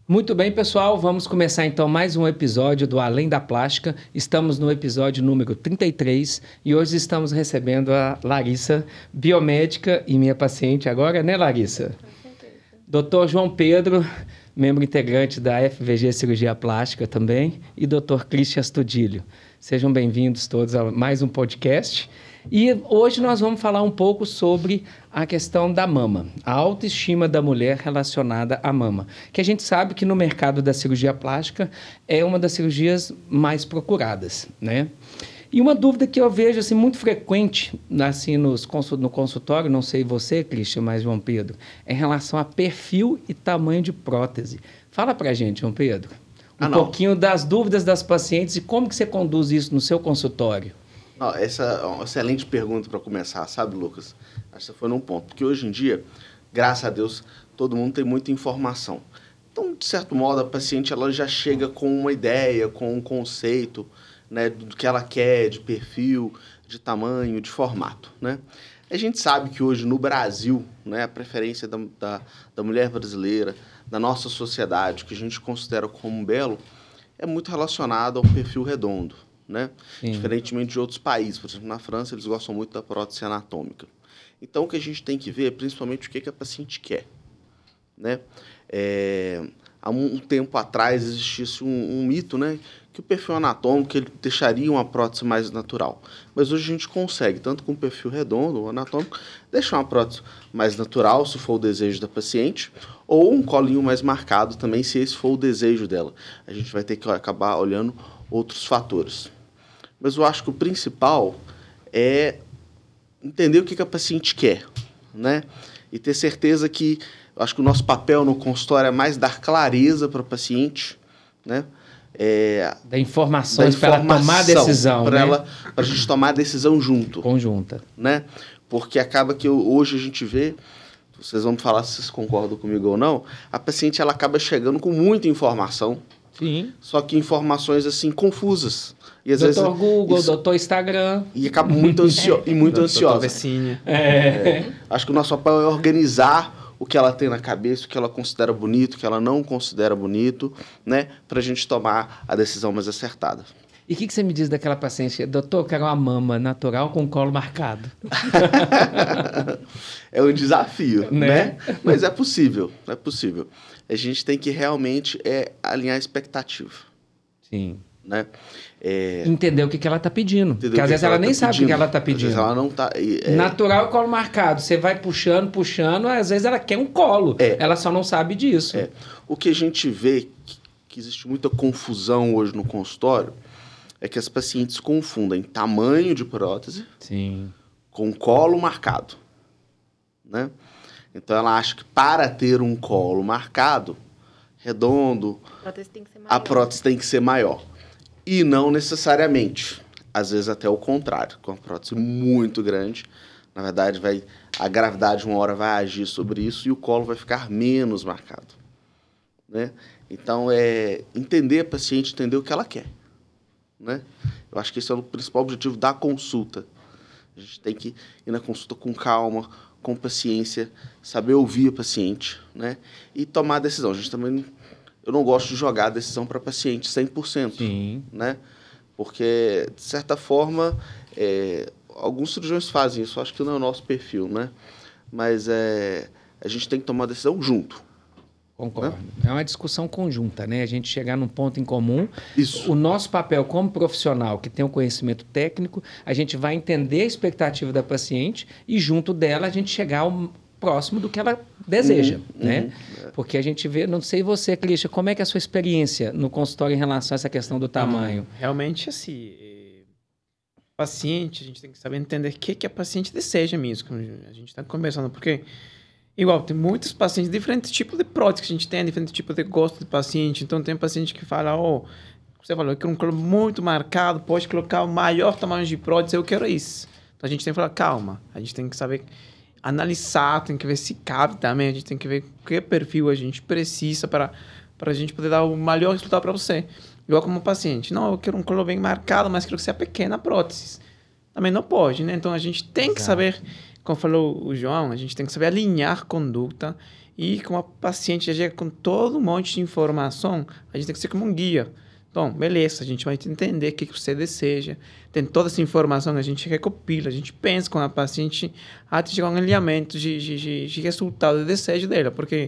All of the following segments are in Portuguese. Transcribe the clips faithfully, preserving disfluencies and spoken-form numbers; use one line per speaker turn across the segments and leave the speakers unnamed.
Muito bem, pessoal, vamos começar então mais um episódio do Além da Plástica. Estamos no episódio número trinta e três e hoje estamos recebendo a Larissa, biomédica e minha paciente agora, né, Larissa? Com certeza. doutor João Pedro, membro integrante da F V G Cirurgia Plástica também, e doutor Christian Astudillo. Sejam bem-vindos todos a mais um podcast. E hoje nós vamos falar um pouco sobre a questão da mama, a autoestima da mulher relacionada à mama, que a gente sabe que no mercado da cirurgia plástica é uma das cirurgias mais procuradas, né? E uma dúvida que eu vejo assim, muito frequente assim, nos consul- no consultório, não sei você, Christian, mas João Pedro, é em relação a perfil e tamanho de prótese. Fala pra gente, João Pedro, um ah, pouquinho das dúvidas das pacientes e como que você conduz isso no seu consultório.
Não, essa é uma excelente pergunta para começar, sabe, Lucas? Acho que você foi num ponto. Porque hoje em dia, graças a Deus, todo mundo tem muita informação. Então, de certo modo, a paciente ela já chega com uma ideia, com um conceito, né, do que ela quer, de perfil, de tamanho, de formato, né? A gente sabe que hoje no Brasil, né, a preferência da, da, da mulher brasileira, da nossa sociedade, que a gente considera como belo, é muito relacionada ao perfil redondo. Né? Diferentemente de outros países, por exemplo, na França eles gostam muito da prótese anatômica. Então o que a gente tem que ver é principalmente o que, que a paciente quer, né? É, há um, um tempo atrás existisse um, um mito, né, que o perfil anatômico ele deixaria uma prótese mais natural, mas hoje a gente consegue, tanto com o perfil redondo ou anatômico, deixar uma prótese mais natural, se for o desejo da paciente, ou um colinho mais marcado também, se esse for o desejo dela. A gente vai ter que acabar olhando outros fatores. Mas eu acho que o principal é entender o que a paciente quer, né? E ter certeza que, eu acho que o nosso papel no consultório é mais dar clareza para a paciente, né? É,
da informações para ela tomar a decisão,
para
né?
ela, para a gente tomar a decisão junto.
Conjunta.
Né? Porque acaba que hoje a gente vê, vocês vão me falar se vocês concordam comigo ou não, a paciente ela acaba chegando com muita informação.
Sim.
Só que informações assim confusas.
E às doutor vezes, Google, isso, doutor Instagram.
E acaba muito, ansio, e muito ansiosa.
É.
É. Acho que o nosso papel é organizar o que ela tem na cabeça, o que ela considera bonito, o que ela não considera bonito, né? Para a gente tomar a decisão mais acertada.
E o que, que você me diz daquela paciente? Doutor, eu quero uma mama natural com colo marcado.
É um desafio, né? né? Mas é possível, é possível. A gente tem que realmente é, alinhar a expectativa.
Sim.
Né? É...
Entender o que, que ela está pedindo. Porque às vezes ela, ela nem tá sabe pedindo. o que ela está pedindo.
Às vezes ela não tá, é...
Natural colo marcado. Você vai puxando, puxando, às vezes ela quer um colo. É. Ela só não sabe disso.
É. O que a gente vê, que, que existe muita confusão hoje no consultório, é que as pacientes confundem tamanho de prótese
Sim.
com colo marcado. Né? Então, ela acha que para ter um colo marcado, redondo,
a prótese tem que ser maior.
A prótese tem que ser maior. E não necessariamente. Às vezes até o contrário. Com uma prótese muito grande, na verdade, vai, a gravidade uma hora vai agir sobre isso e o colo vai ficar menos marcado. Né? Então, é entender a paciente, entender o que ela quer. Né? Eu acho que esse é o principal objetivo da consulta. A gente tem que ir na consulta com calma, com paciência, saber ouvir a paciente, né? E tomar a decisão. A gente também, eu não gosto de jogar a decisão para a paciente cem por cento.
Sim.
Né? Porque, de certa forma, é, alguns cirurgiões fazem isso, acho que não é o nosso perfil, né? Mas é, a gente tem que tomar a decisão junto.
Concordo. É uma discussão conjunta, né? A gente chegar num ponto em comum.
Isso.
O nosso papel como profissional que tem um conhecimento técnico, a gente vai entender a expectativa da paciente e junto dela a gente chegar ao próximo do que ela deseja,
uhum,
né?
Uhum.
Porque a gente vê, não sei você, Christian, como é que é a sua experiência no consultório em relação a essa questão do tamanho?
Ah, realmente, assim, paciente, a gente tem que saber entender o que, que a paciente deseja mesmo. A gente está conversando, porque... Igual, tem muitos pacientes, diferentes tipos de prótese que a gente tem, diferentes tipos de gosto de paciente. Então, tem paciente que fala, oh, você falou, eu quero um colo muito marcado, pode colocar o maior tamanho de prótese, eu quero isso. Então, a gente tem que falar, calma, a gente tem que saber analisar, tem que ver se cabe também, a gente tem que ver que perfil a gente precisa para para a gente poder dar o melhor resultado para você. Igual como paciente, não, eu quero um colo bem marcado, mas quero que seja pequena a prótese. Também não pode, né? Então, a gente tem Exato. que saber como falou o João, a gente tem que saber alinhar conduta e com a paciente já chega com todo um monte de informação, a gente tem que ser como um guia. Então, beleza, a gente vai entender o que você deseja, tem toda essa informação, a gente recopila, a gente pensa com a paciente até chegar a um alinhamento de, de, de, de resultado de desejo dela, porque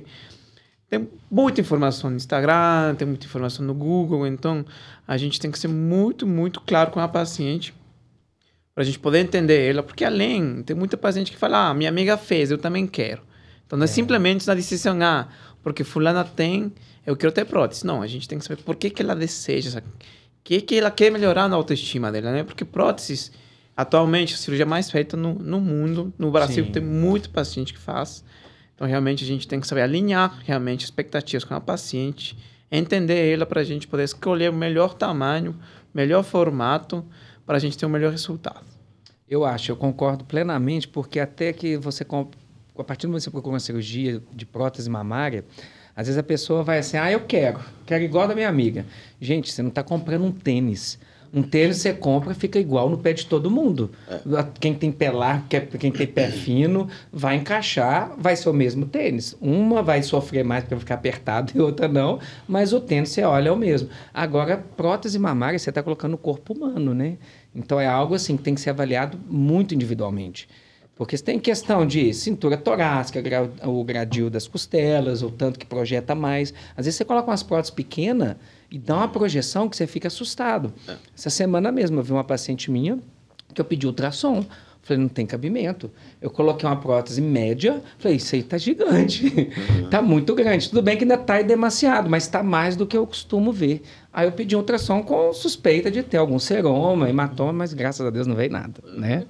tem muita informação no Instagram, tem muita informação no Google, então a gente tem que ser muito, muito claro com a paciente para a gente poder entender ela, porque além, tem muita paciente que fala, ah, minha amiga fez, eu também quero. Então não é, é simplesmente na decisão, ah, porque fulana tem, eu quero ter prótese. Não, a gente tem que saber por que, que ela deseja, o que, que ela quer melhorar na autoestima dela, né? Porque próteses, atualmente, a cirurgia mais feita no, no mundo, no Brasil, Sim. tem muito paciente que faz. Então, realmente, a gente tem que saber alinhar, realmente, expectativas com a paciente, entender ela para a gente poder escolher o melhor tamanho, melhor formato, para a gente ter o melhor resultado.
Eu acho, eu concordo plenamente, porque até que você, a partir do momento que você procura uma cirurgia de prótese mamária, às vezes a pessoa vai assim, ah, eu quero, quero igual da minha amiga. Gente, você não está comprando um tênis. Um tênis você compra, fica igual no pé de todo mundo. É. Quem tem pé largo, quem tem pé fino, vai encaixar, vai ser o mesmo tênis. Uma vai sofrer mais para ficar apertado e outra não, mas o tênis, você olha, é o mesmo. Agora, prótese mamária, você está colocando no corpo humano, né? Então, é algo assim que tem que ser avaliado muito individualmente. Porque você tem questão de cintura torácica, o gradil das costelas, o tanto que projeta mais. Às vezes você coloca umas próteses pequenas e dá uma projeção que você fica assustado. É. Essa semana mesmo eu vi uma paciente minha que eu pedi ultrassom. Falei, não tem cabimento. Eu coloquei uma prótese média, falei, isso aí tá gigante, uhum. tá muito grande. Tudo bem que ainda tá demasiado, mas tá mais do que eu costumo ver. Aí eu pedi um ultrassom com suspeita de ter algum seroma, hematoma, mas graças a Deus não veio nada, uhum. né?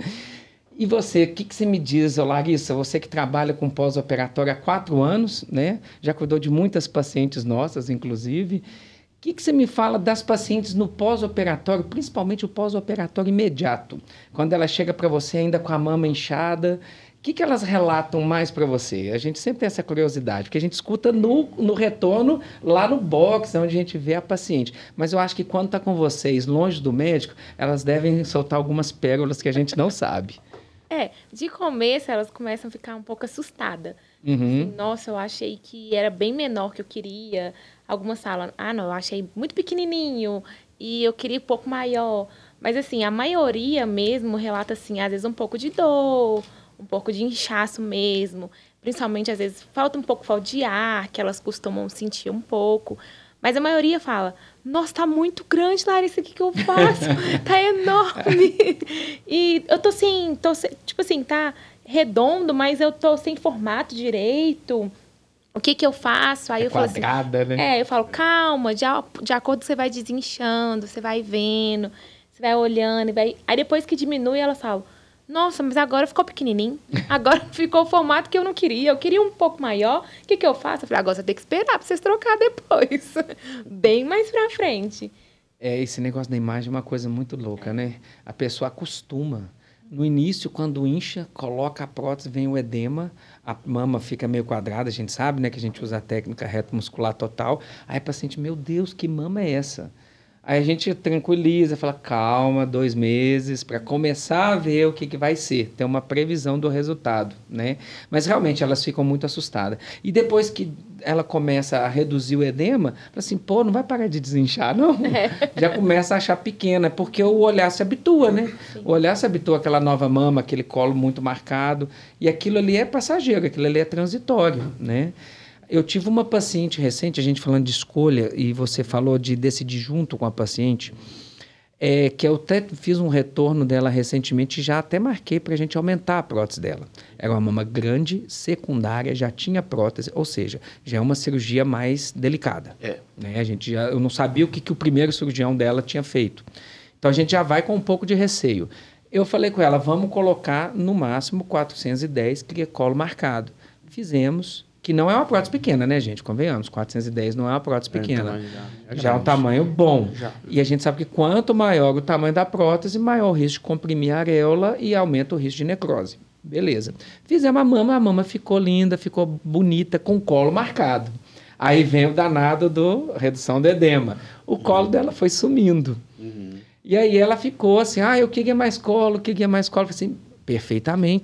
E você, o que, que você me diz, Larissa? Você que trabalha com pós-operatório há quatro anos, né? Já cuidou de muitas pacientes nossas, inclusive. O que, que você me fala das pacientes no pós-operatório, principalmente o pós-operatório imediato? Quando ela chega para você ainda com a mama inchada, o que, que elas relatam mais para você? A gente sempre tem essa curiosidade, porque a gente escuta no, no retorno, lá no box, onde a gente vê a paciente. Mas eu acho que quando está com vocês, longe do médico, elas devem soltar algumas pérolas que a gente não sabe.
É, de começo elas começam a ficar um pouco assustadas.
Uhum.
Assim, nossa, eu achei que era bem menor que eu queria. Algumas falam, ah, não, eu achei muito pequenininho e eu queria um pouco maior. Mas, assim, a maioria mesmo relata, assim, às vezes um pouco de dor, um pouco de inchaço mesmo. Principalmente, às vezes, falta um pouco falta de ar, que elas costumam sentir um pouco. Mas a maioria fala, nossa, tá muito grande, Larissa, o que que eu faço? Tá enorme. E eu tô assim, tô, tipo assim, tá redondo, mas eu tô sem formato direito. O que que eu faço? Aí
é
eu falo
quadrada,
assim,
né?
É, eu falo, calma, de, de acordo que você vai desinchando, você vai vendo, você vai olhando. E vai... Aí depois que diminui, elas falam, nossa, mas agora ficou pequenininho. Agora ficou o formato que eu não queria. Eu queria um pouco maior. O que que eu faço? Eu falei, agora você tem que esperar para vocês trocar depois. Bem mais pra frente.
É, esse negócio da imagem é uma coisa muito louca, né? A pessoa acostuma. No início, quando incha, coloca a prótese, vem o edema, a mama fica meio quadrada, a gente sabe, né? Que a gente usa a técnica reto muscular total. Aí a paciente, meu Deus, que mama é essa? Aí a gente tranquiliza, fala, calma, dois meses, para começar a ver o que, que vai ser, ter uma previsão do resultado, né? Mas realmente elas ficam muito assustadas. E depois que ela começa a reduzir o edema, fala assim, pô, não vai parar de desinchar, não? É. Já começa a achar pequena, porque o olhar se habitua, né? Sim. O olhar se habitua àquela nova mama, aquele colo muito marcado, e aquilo ali é passageiro, aquilo ali é transitório, né? Eu tive uma paciente recente, a gente falando de escolha, e você falou de decidir junto com a paciente, é, que eu até fiz um retorno dela recentemente e já até marquei para a gente aumentar a prótese dela. Era uma mama grande, secundária, já tinha prótese, ou seja, já é uma cirurgia mais delicada.
É.
Né? A gente já, eu não sabia o que, que o primeiro cirurgião dela tinha feito. Então a gente já vai com um pouco de receio. Eu falei com ela, vamos colocar no máximo quatrocentos e dez, que é colo marcado. Fizemos... Que não é uma prótese pequena, né, gente? Convenhamos, quatrocentos e dez não é uma prótese pequena. É, é já é um tamanho bom. Já. E a gente sabe que quanto maior o tamanho da prótese, maior o risco de comprimir a areola e aumenta o risco de necrose. Beleza. Fizemos a mama, a mama ficou linda, ficou bonita, com o colo marcado. Aí vem o danado do redução do edema. O colo uhum. dela foi sumindo. Uhum. E aí ela ficou assim, ah, eu queria mais colo, eu queria mais colo. Eu falei assim, perfeitamente.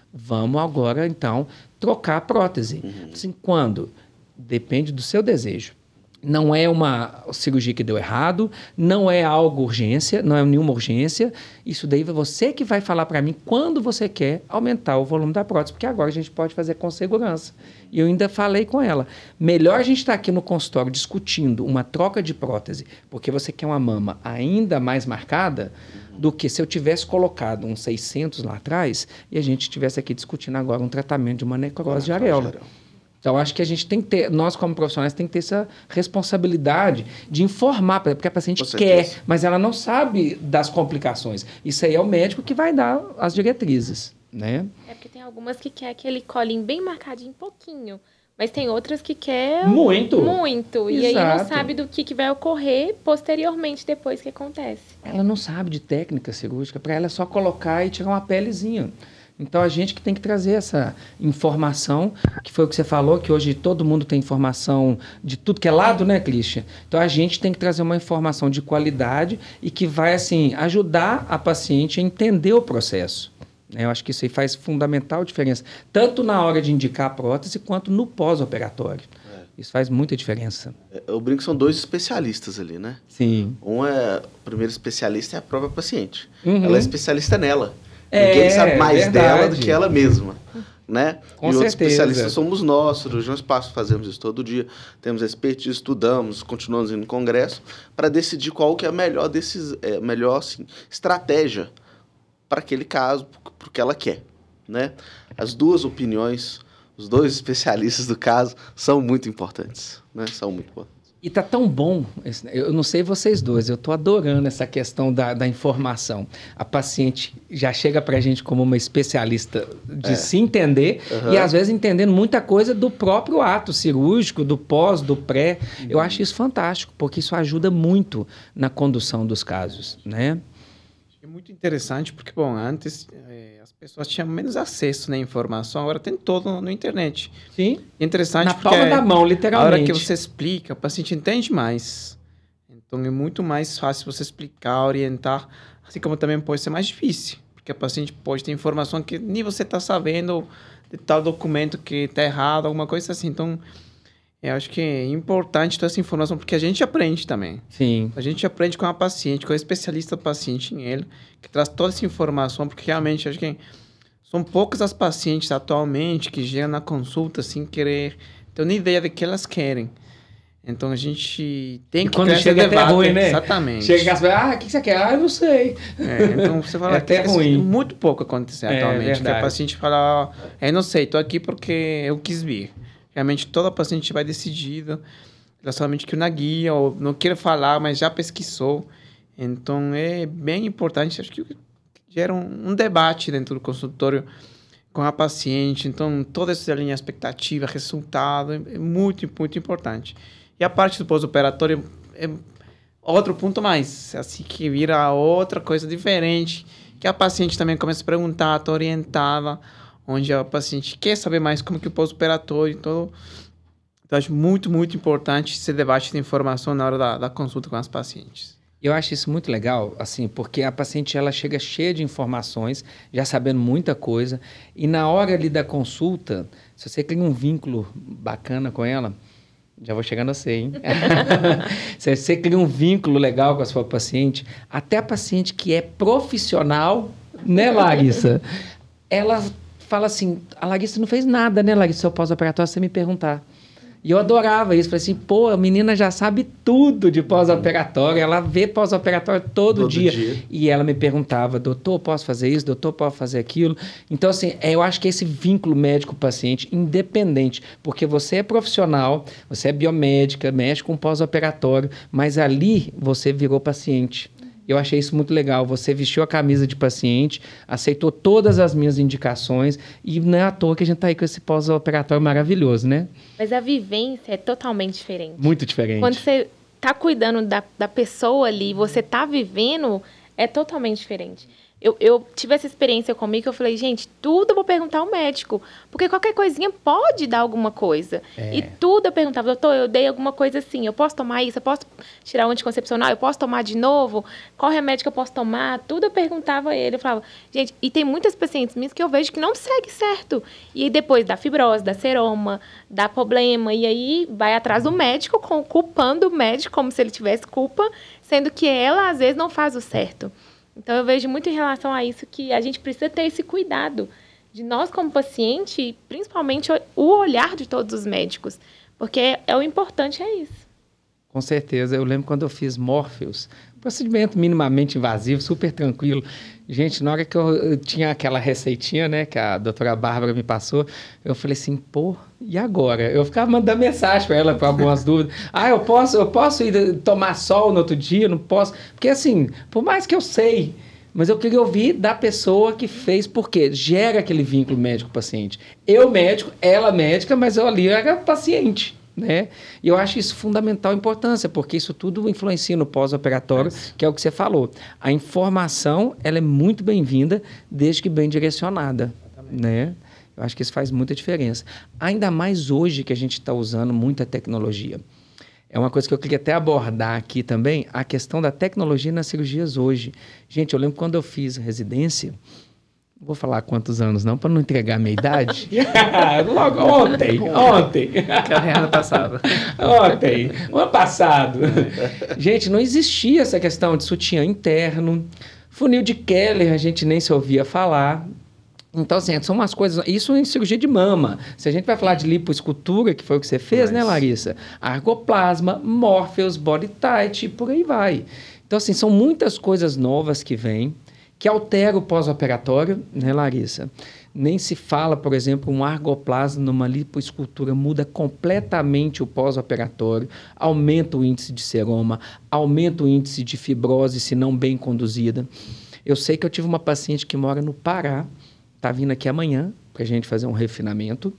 vamos agora, então, trocar a prótese.
Uhum.
Assim, quando? Depende do seu desejo. Não é uma cirurgia que deu errado, não é algo urgência, não é nenhuma urgência. Isso daí é você que vai falar para mim quando você quer aumentar o volume da prótese, porque agora a gente pode fazer com segurança. E eu ainda falei com ela, melhor a gente estar aqui no consultório discutindo uma troca de prótese, porque você quer uma mama ainda mais marcada, do que se eu tivesse colocado uns seiscentos lá atrás e a gente estivesse aqui discutindo agora um tratamento de uma necrose de areola. Então, acho que a gente tem que ter, nós como profissionais, tem que ter essa responsabilidade de informar, porque a paciente quer, mas ela não sabe das complicações. Isso aí é o médico que vai dar as diretrizes, né?
É porque tem algumas que quer aquele colinho bem marcadinho, pouquinho. Mas tem outras que quer...
Muito.
Muito. E
Exato.
aí não sabe do que, que vai ocorrer posteriormente, depois que acontece.
Ela não sabe de técnica cirúrgica, para ela é só colocar e tirar uma pelezinha. Então, a gente que tem que trazer essa informação, que foi o que você falou, que hoje todo mundo tem informação de tudo que é lado, né, Christian? Então, a gente tem que trazer uma informação de qualidade e que vai, assim, ajudar a paciente a entender o processo. Eu acho que isso aí faz fundamental diferença, tanto na hora de indicar a prótese, quanto no pós-operatório. É. Isso faz muita diferença.
Eu brinco que são dois especialistas ali, né?
Sim.
Um é, o primeiro especialista é a própria paciente.
Uhum.
Ela é especialista nela.
É,
Ninguém sabe mais
verdade.
dela do que ela mesma, né?
Com
e outros
certeza.
especialistas somos nós, cirurgião espaço, fazemos isso todo dia, temos expertise, estudamos, continuamos indo no congresso para decidir qual que é a melhor, decis... é, melhor assim, estratégia para aquele caso, para o que ela quer, né? As duas opiniões, os dois especialistas do caso são muito importantes, né? São muito importantes.
E tá tão bom, eu não sei vocês dois, eu tô adorando essa questão da, da informação. A paciente já chega pra gente como uma especialista de é. se entender uhum. e às vezes entendendo muita coisa do próprio ato cirúrgico, do pós, do pré. Uhum. Eu acho isso fantástico, porque isso ajuda muito na condução dos casos, né?
É muito interessante porque, bom, antes é, as pessoas tinham menos acesso à informação, agora tem todo na internet.
Sim.
É interessante
na
porque...
palma da mão, literalmente.
A hora que você explica, o paciente entende mais. Então, é muito mais fácil você explicar, orientar, assim como também pode ser mais difícil, porque o paciente pode ter informação que nem você está sabendo de tal documento que está errado, alguma coisa assim. Então, eu acho que é importante toda essa informação, porque a gente aprende também.
Sim.
A gente aprende com a paciente, com o especialista do paciente em ele, que traz toda essa informação, porque realmente acho que são poucas as pacientes atualmente que chegam na consulta sem querer ter uma ideia do que elas querem. Então a gente tem
e
que
quando chega
debate,
até ruim, né?
Exatamente.
Chega e ah, o que você quer? Ah, eu não sei.
É, então você fala
é até
que
ruim.
Muito pouco acontece
é,
atualmente.
Que
a paciente fala, oh, eu não sei, estou aqui porque eu quis vir. Realmente toda paciente vai decidida, ela somente que na guia, ou não quer falar, mas já pesquisou. Então é bem importante, acho que gera um, um debate dentro do consultório com a paciente. Então toda essa linha expectativa, resultado, é muito, muito importante. E a parte do pós-operatório é outro ponto mais, assim que vira outra coisa diferente, que a paciente também começa a perguntar, está orientada, onde a paciente quer saber mais como que o pós-operatório, então, então acho muito, muito importante esse debate de informação na hora da, da consulta com as pacientes.
Eu acho isso muito legal, assim, porque a paciente ela chega cheia de informações, já sabendo muita coisa, e na hora ali da consulta, se você cria um vínculo bacana com ela, já vou chegando a ser, hein? Se você cria um vínculo legal com a sua paciente, até a paciente que é profissional, né, Larissa? Ela fala assim, a Larissa não fez nada, né, Larissa, seu pós-operatório, se você me perguntar. E eu adorava isso. Falei assim, pô, a menina já sabe tudo de pós-operatório. Ela vê pós-operatório todo, todo dia. dia. E ela me perguntava, doutor, posso fazer isso? Doutor, posso fazer aquilo? Então, assim, eu acho que esse vínculo médico-paciente, independente, porque você é profissional, você é biomédica, mexe com pós-operatório, mas ali você virou paciente. Eu achei isso muito legal. Você vestiu a camisa de paciente, aceitou todas as minhas indicações e não é à toa que a gente está aí com esse pós-operatório maravilhoso, né?
Mas a vivência é totalmente diferente.
Muito diferente.
Quando você está cuidando da, da pessoa ali, você está vivendo, é totalmente diferente. Eu, eu tive essa experiência comigo, que eu falei, gente, tudo eu vou perguntar ao médico. Porque qualquer coisinha pode dar alguma coisa.
É.
E tudo eu perguntava, doutor, eu dei alguma coisa assim, eu posso tomar isso? Eu posso tirar o anticoncepcional? Eu posso tomar de novo? Qual remédio que eu posso tomar? Tudo eu perguntava a ele. Eu falava, gente, e tem muitas pacientes minhas que eu vejo que não segue certo. E aí depois dá fibrose, dá seroma, dá problema. E aí vai atrás do médico, com, culpando o médico como se ele tivesse culpa, sendo que ela, às vezes, não faz o certo. Então, eu vejo muito em relação a isso que a gente precisa ter esse cuidado de nós, como paciente, principalmente o olhar de todos os médicos, porque é o importante é isso.
Com certeza. Eu lembro quando eu fiz Morpheus, procedimento minimamente invasivo, super tranquilo. Gente, na hora que eu, eu tinha aquela receitinha, né, que a doutora Bárbara me passou, eu falei assim, pô, e agora? Eu ficava mandando mensagem para ela para algumas dúvidas. Ah, eu posso, eu posso ir tomar sol no outro dia? Não posso? Porque assim, por mais que eu sei, mas eu queria ouvir da pessoa que fez, porque gera aquele vínculo médico-paciente. Eu médico, ela médica, mas eu ali era paciente. Né? E eu acho isso fundamental importância, porque isso tudo influencia no pós-operatório, que é o que você falou. A informação, ela é muito bem-vinda, desde que bem direcionada, né? Eu acho que isso faz muita diferença. Ainda mais hoje que a gente está usando muita tecnologia. É uma coisa que eu queria até abordar aqui também, a questão da tecnologia nas cirurgias hoje. Gente, eu lembro quando eu fiz residência, não vou falar quantos anos não, para não entregar a minha idade. Logo ontem, ontem.
Que ano passado.
Ontem, o ano passado. Gente, não existia essa questão de sutiã interno. Funil de Keller, a gente nem se ouvia falar. Então, assim, são umas coisas... Isso em cirurgia de mama. Se a gente vai falar de lipoescultura, que foi o que você fez, Mas... né, Larissa? Argoplasma, Morpheus, Body Tight, e por aí vai. Então, assim, são muitas coisas novas que vêm, que altera o pós-operatório, né, Larissa? Nem se fala, por exemplo, um argoplasma numa lipoescultura muda completamente o pós-operatório, aumenta o índice de seroma, aumenta o índice de fibrose, se não bem conduzida. Eu sei que eu tive uma paciente que mora no Pará, está vindo aqui amanhã para a gente fazer um refinamento,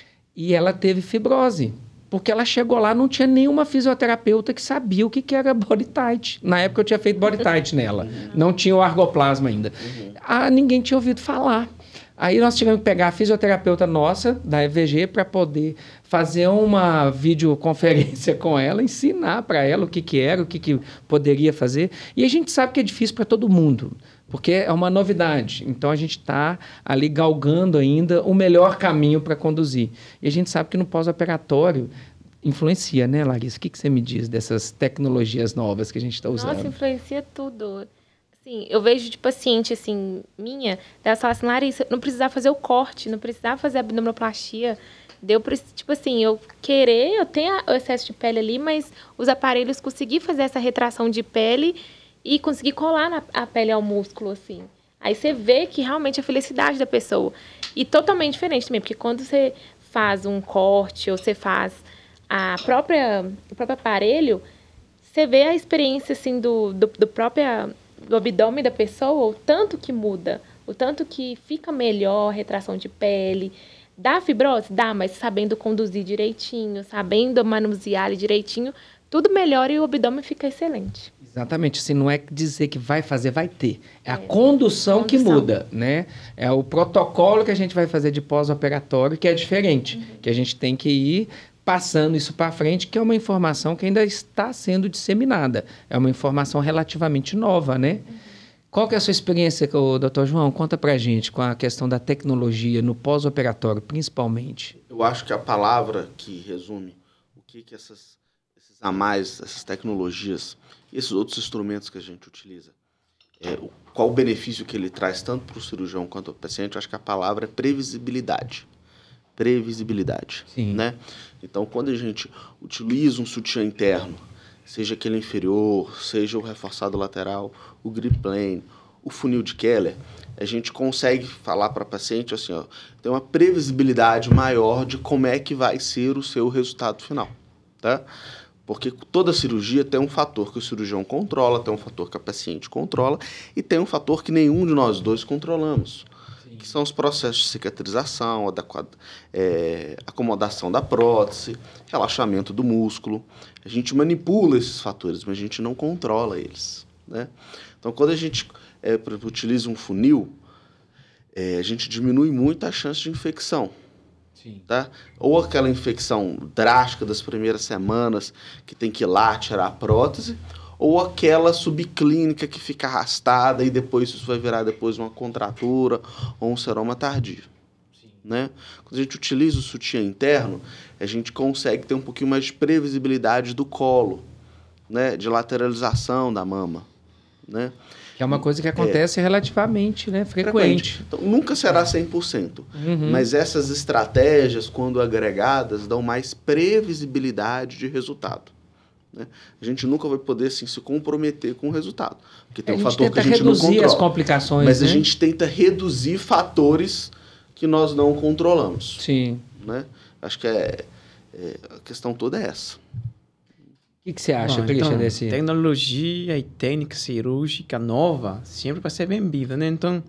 e ela teve fibrose. Porque ela chegou lá, não tinha nenhuma fisioterapeuta que sabia o que, que era body tight. Na época eu tinha feito body tight nela. Uhum. Não tinha o argoplasma ainda. Uhum. Ah, ninguém tinha ouvido falar. Aí nós tivemos que pegar a fisioterapeuta nossa, da E V G, para poder fazer uma videoconferência com ela, ensinar para ela o que, que era, o que, que poderia fazer. E a gente sabe que é difícil para todo mundo, porque é uma novidade. Então, a gente está ali galgando ainda o melhor caminho para conduzir. E a gente sabe que no pós-operatório influencia, né, Larissa? O que, que você me diz dessas tecnologias novas que a gente está usando?
Nossa, influencia tudo. Assim, eu vejo de paciente, assim, minha, ela fala assim, Larissa, não precisava fazer o corte, não precisava fazer a abdominoplastia. Deu, tipo assim, eu querer, eu tenho o excesso de pele ali, mas os aparelhos conseguir fazer essa retração de pele e conseguir colar na, a pele ao músculo, assim. Aí você vê que realmente a felicidade da pessoa. E totalmente diferente também, porque quando você faz um corte ou você faz a própria, o próprio aparelho, você vê a experiência, assim, do, do, do próprio do abdômen da pessoa, o tanto que muda, o tanto que fica melhor a retração de pele. Dá fibrose? Dá, mas sabendo conduzir direitinho, sabendo manusear direitinho, tudo melhora e o abdômen fica excelente.
Exatamente, assim, não é dizer que vai fazer, vai ter. É a é, condução, condução que muda, né? É o protocolo que a gente vai fazer de pós-operatório que é diferente, uhum. que a gente tem que ir passando isso para frente, que é uma informação que ainda está sendo disseminada. É uma informação relativamente nova, né? Uhum. Qual que é a sua experiência, doutor João? Conta para a gente com a questão da tecnologia no pós-operatório, principalmente.
Eu acho que a palavra que resume o que, que essas, esses a mais, essas tecnologias e esses outros instrumentos que a gente utiliza, é, o, qual o benefício que ele traz tanto para o cirurgião quanto para o paciente, eu acho que a palavra é previsibilidade. Previsibilidade, Sim. né? Então, quando a gente utiliza um sutiã interno, seja aquele inferior, seja o reforçado lateral, o grip plane, o funil de Keller, a gente consegue falar para o paciente assim, ó, tem uma previsibilidade maior de como é que vai ser o seu resultado final, tá? Porque toda cirurgia tem um fator que o cirurgião controla, tem um fator que a paciente controla e tem um fator que nenhum de nós dois controlamos, Sim. que são os processos de cicatrização, adequado, é, acomodação da prótese, relaxamento do músculo. A gente manipula esses fatores, mas a gente não controla eles, né? Então, quando a gente é, por exemplo, utiliza um funil, é, a gente diminui muito a chance de infecção.
Sim.
Tá? Ou aquela infecção drástica das primeiras semanas, que tem que ir lá tirar a prótese, ou aquela subclínica que fica arrastada e depois isso vai virar depois uma contratura ou um seroma tardio. Sim. Né? Quando a gente utiliza o sutiã interno, a gente consegue ter um pouquinho mais de previsibilidade do colo, né? De lateralização da mama. Né?
Que é uma coisa que acontece é, relativamente, né? frequente.
frequente. Então, nunca será cem por cento.
Uhum.
Mas essas estratégias, quando agregadas, dão mais previsibilidade de resultado. Né? A gente nunca vai poder assim, se comprometer com o resultado. Porque tem um fator que a gente não controla. A gente tenta reduzir as complicações. Mas né? a gente tenta reduzir fatores que nós não controlamos.
Sim.
Né? Acho que é, é, a questão toda é essa.
O que, que você acha,
Bom,
Christian,
então,
desse...
Tecnologia e técnica cirúrgica nova sempre vai ser bem-vinda, né? Então,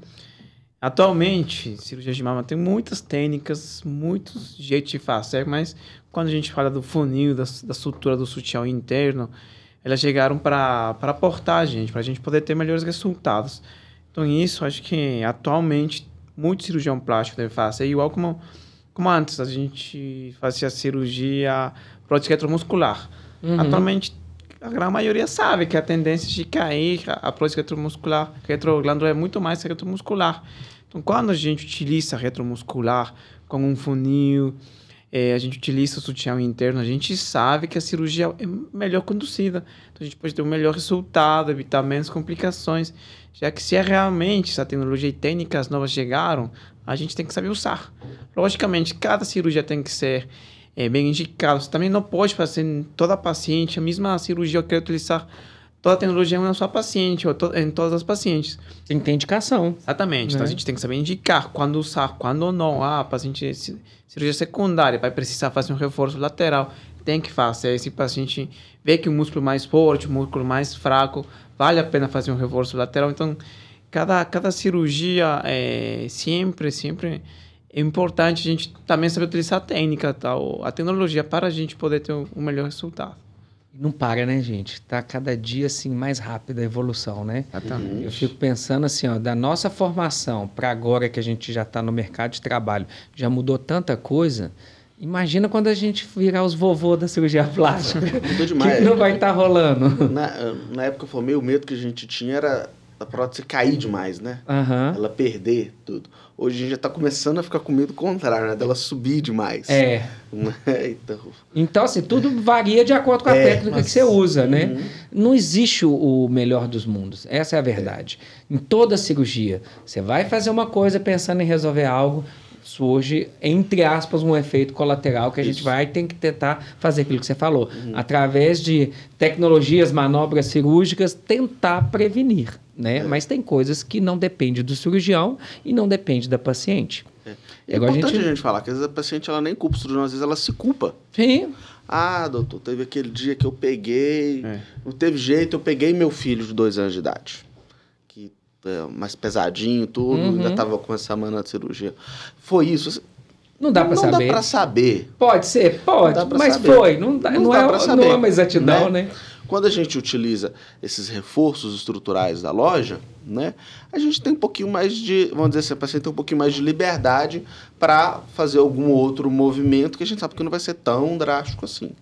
atualmente, cirurgia de mama tem muitas técnicas, muitos jeitos de fazer, mas quando a gente fala do funil, da, da sutura do sutiã interno, elas chegaram para aportar a gente, para a gente poder ter melhores resultados. Então, isso, acho que atualmente, muito cirurgião plástico deve fazer, igual como, como antes, a gente fazia cirurgia prótese retromuscular. Uhum. Atualmente, a grande maioria sabe que a tendência de cair a prótese retromuscular, retroglandular é muito mais retromuscular. Então, quando a gente utiliza retromuscular com um funil, é, a gente utiliza o sutiã interno, a gente sabe que a cirurgia é melhor conduzida. Então, a gente pode ter um melhor resultado, evitar menos complicações. Já que se é realmente essa tecnologia e técnicas novas chegaram, a gente tem que saber usar. Logicamente, cada cirurgia tem que ser é bem indicado. Você também não pode fazer em toda paciente a mesma cirurgia. Eu quero utilizar toda a tecnologia em uma só paciente, ou to em todas as pacientes.
Tem que ter indicação.
Exatamente. Né? Então, a gente tem que saber indicar quando usar, quando não. Ah, paciente cirurgia secundária, vai precisar fazer um reforço lateral. Tem que fazer. Esse paciente vê que o músculo mais forte, o músculo mais fraco, vale a pena fazer um reforço lateral. Então, cada, cada cirurgia é sempre, sempre... é importante a gente também saber utilizar a técnica, tal, a tecnologia para a gente poder ter um, um melhor resultado.
Não para, né, gente? Tá cada dia assim mais rápida a evolução, né?
Exatamente.
Eu fico pensando assim, ó, da nossa formação para agora que a gente já está no mercado de trabalho, já mudou tanta coisa. Imagina quando a gente virar os vovô da cirurgia plástica.
Mudou demais.
Que não vai estar tá rolando.
Na, na época, foi meio medo que a gente tinha era a prótese cair demais, né?
Uhum.
Ela perder tudo. Hoje a gente já está começando a ficar com medo contrário, né? Dela subir demais.
É.
então...
então, assim, tudo varia de acordo com a é, técnica mas... que você usa, né?
Uhum.
Não existe o, o melhor dos mundos. Essa é a verdade. É. Em toda cirurgia, você vai fazer uma coisa pensando em resolver algo, surge, entre aspas, um efeito colateral que a Isso. gente vai tem que tentar fazer aquilo que você falou. Uhum. Através de tecnologias, manobras cirúrgicas, tentar prevenir. Né? É. Mas tem coisas que não dependem do cirurgião e não depende da paciente.
É, é importante a gente... a gente falar que às vezes a paciente ela nem culpa o cirurgião, às vezes ela se culpa.
Sim.
Ah, doutor, teve aquele dia que eu peguei, é. não teve jeito, eu peguei meu filho de dois anos de idade. Que é mais pesadinho, tudo, uhum. ainda estava com essa semana de cirurgia. Foi isso.
Não dá para saber.
Não dá para saber.
Pode ser, pode, mas saber. foi. Não, dá, não, não, dá é, saber, não é uma exatidão, né? né?
Quando a gente utiliza esses reforços estruturais da loja, né, a gente tem um pouquinho mais de, vamos dizer assim, a paciente tem um pouquinho mais de liberdade para fazer algum outro movimento que a gente sabe que não vai ser tão drástico assim.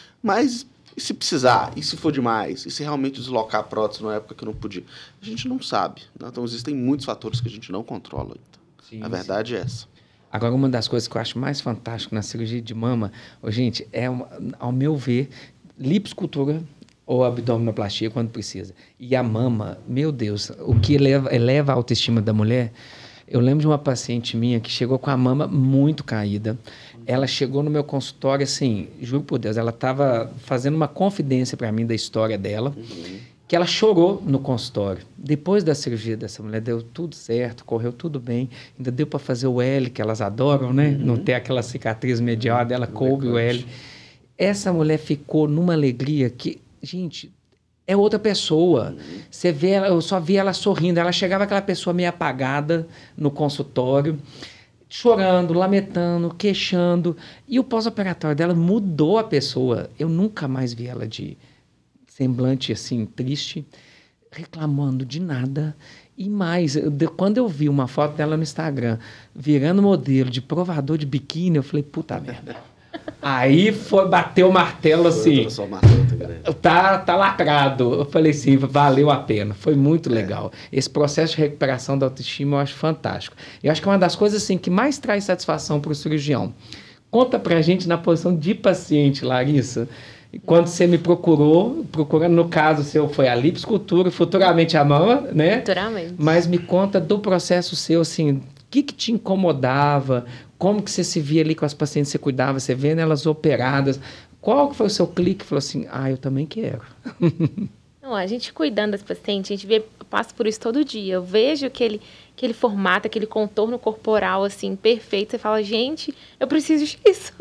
Mas e se precisar? E se for demais? E se realmente deslocar a prótese na época que não podia? A gente não sabe. Né? Então, existem muitos fatores que a gente não controla. Então. Sim, a verdade sim. é essa.
Agora, uma das coisas que eu acho mais fantástico na cirurgia de mama, oh, gente, é, uma, ao meu ver, lipoescultura ou abdominoplastia quando precisa. E a mama, meu Deus, o que eleva, eleva a autoestima da mulher... Eu lembro de uma paciente minha que chegou com a mama muito caída. Ela chegou no meu consultório, assim, juro por Deus, ela estava fazendo uma confidência para mim da história dela, uhum. que ela chorou no consultório. Depois da cirurgia dessa mulher, deu tudo certo, correu tudo bem, ainda deu para fazer o L, que elas adoram, né? Uhum. Não ter aquela cicatriz medial dela, coube o L. Essa mulher ficou numa alegria que, gente... é outra pessoa. Uhum. Você vê, eu só via ela sorrindo. Ela chegava aquela pessoa meio apagada no consultório, chorando, lamentando, queixando. E o pós-operatório dela mudou a pessoa. Eu nunca mais vi ela de semblante assim, triste, reclamando de nada. E mais, eu- de- quando eu vi uma foto dela no Instagram, virando modelo de provador de biquíni, eu falei, puta merda. Aí foi bater o martelo assim, tá, tá lacrado. Eu falei assim, valeu a pena, foi muito legal. Esse processo de recuperação da autoestima eu acho fantástico. Eu acho que é uma das coisas assim, que mais traz satisfação para o cirurgião. Conta pra gente na posição de paciente, Larissa. Quando você me procurou, procurando, no caso seu, foi a lipoescultura, futuramente a mama, né?
Futuramente.
Mas me conta do processo seu, assim, o que que te incomodava, como que você se via ali com as pacientes que você cuidava, você vendo elas operadas, qual que foi o seu clique? Falou assim, ah, eu também quero.
Não, a gente cuidando das pacientes, a gente vê, eu passo por isso todo dia. Eu vejo aquele, aquele formato, aquele contorno corporal, assim, perfeito. Você fala, gente, eu preciso disso.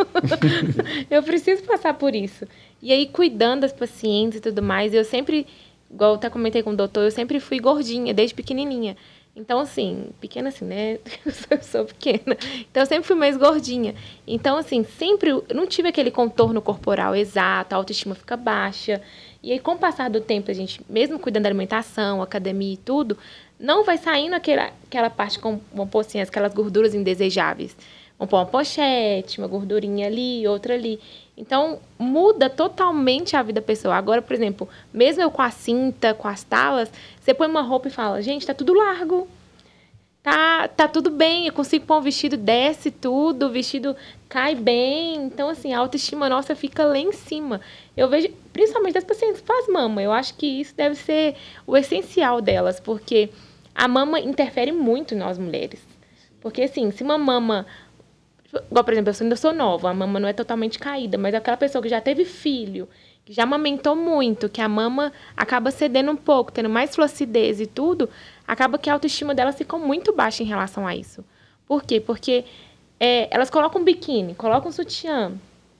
Eu preciso passar por isso. E aí, cuidando das pacientes e tudo mais, eu sempre, igual eu até comentei com o doutor, eu sempre fui gordinha, desde pequenininha. Então, assim, pequena assim, né? Eu sou, eu sou pequena. Então, eu sempre fui mais gordinha. Então, assim, sempre eu não tive aquele contorno corporal exato, a autoestima fica baixa. E aí, com o passar do tempo, a gente, mesmo cuidando da alimentação, academia e tudo, não vai saindo aquela, aquela parte com, vamos pôr assim, aquelas gorduras indesejáveis. Vamos pôr uma pochete, uma gordurinha ali, outra ali. Então, muda totalmente a vida da pessoa. Agora, por exemplo, mesmo eu com a cinta, com as talas, você põe uma roupa e fala, gente, tá tudo largo. Tá, tá tudo bem, eu consigo pôr um vestido, desce tudo, o vestido cai bem. Então, assim, a autoestima nossa fica lá em cima. Eu vejo, principalmente das pacientes que fazem mama, eu acho que isso deve ser o essencial delas, porque a mama interfere muito em nós mulheres. Porque, assim, se uma mama... Igual, por exemplo, eu ainda sou nova, a mama não é totalmente caída, mas aquela pessoa que já teve filho, que já amamentou muito, que a mama acaba cedendo um pouco, tendo mais flacidez e tudo, acaba que a autoestima delas ficou muito baixa em relação a isso. Por quê? Porque é, elas colocam um biquíni, colocam um sutiã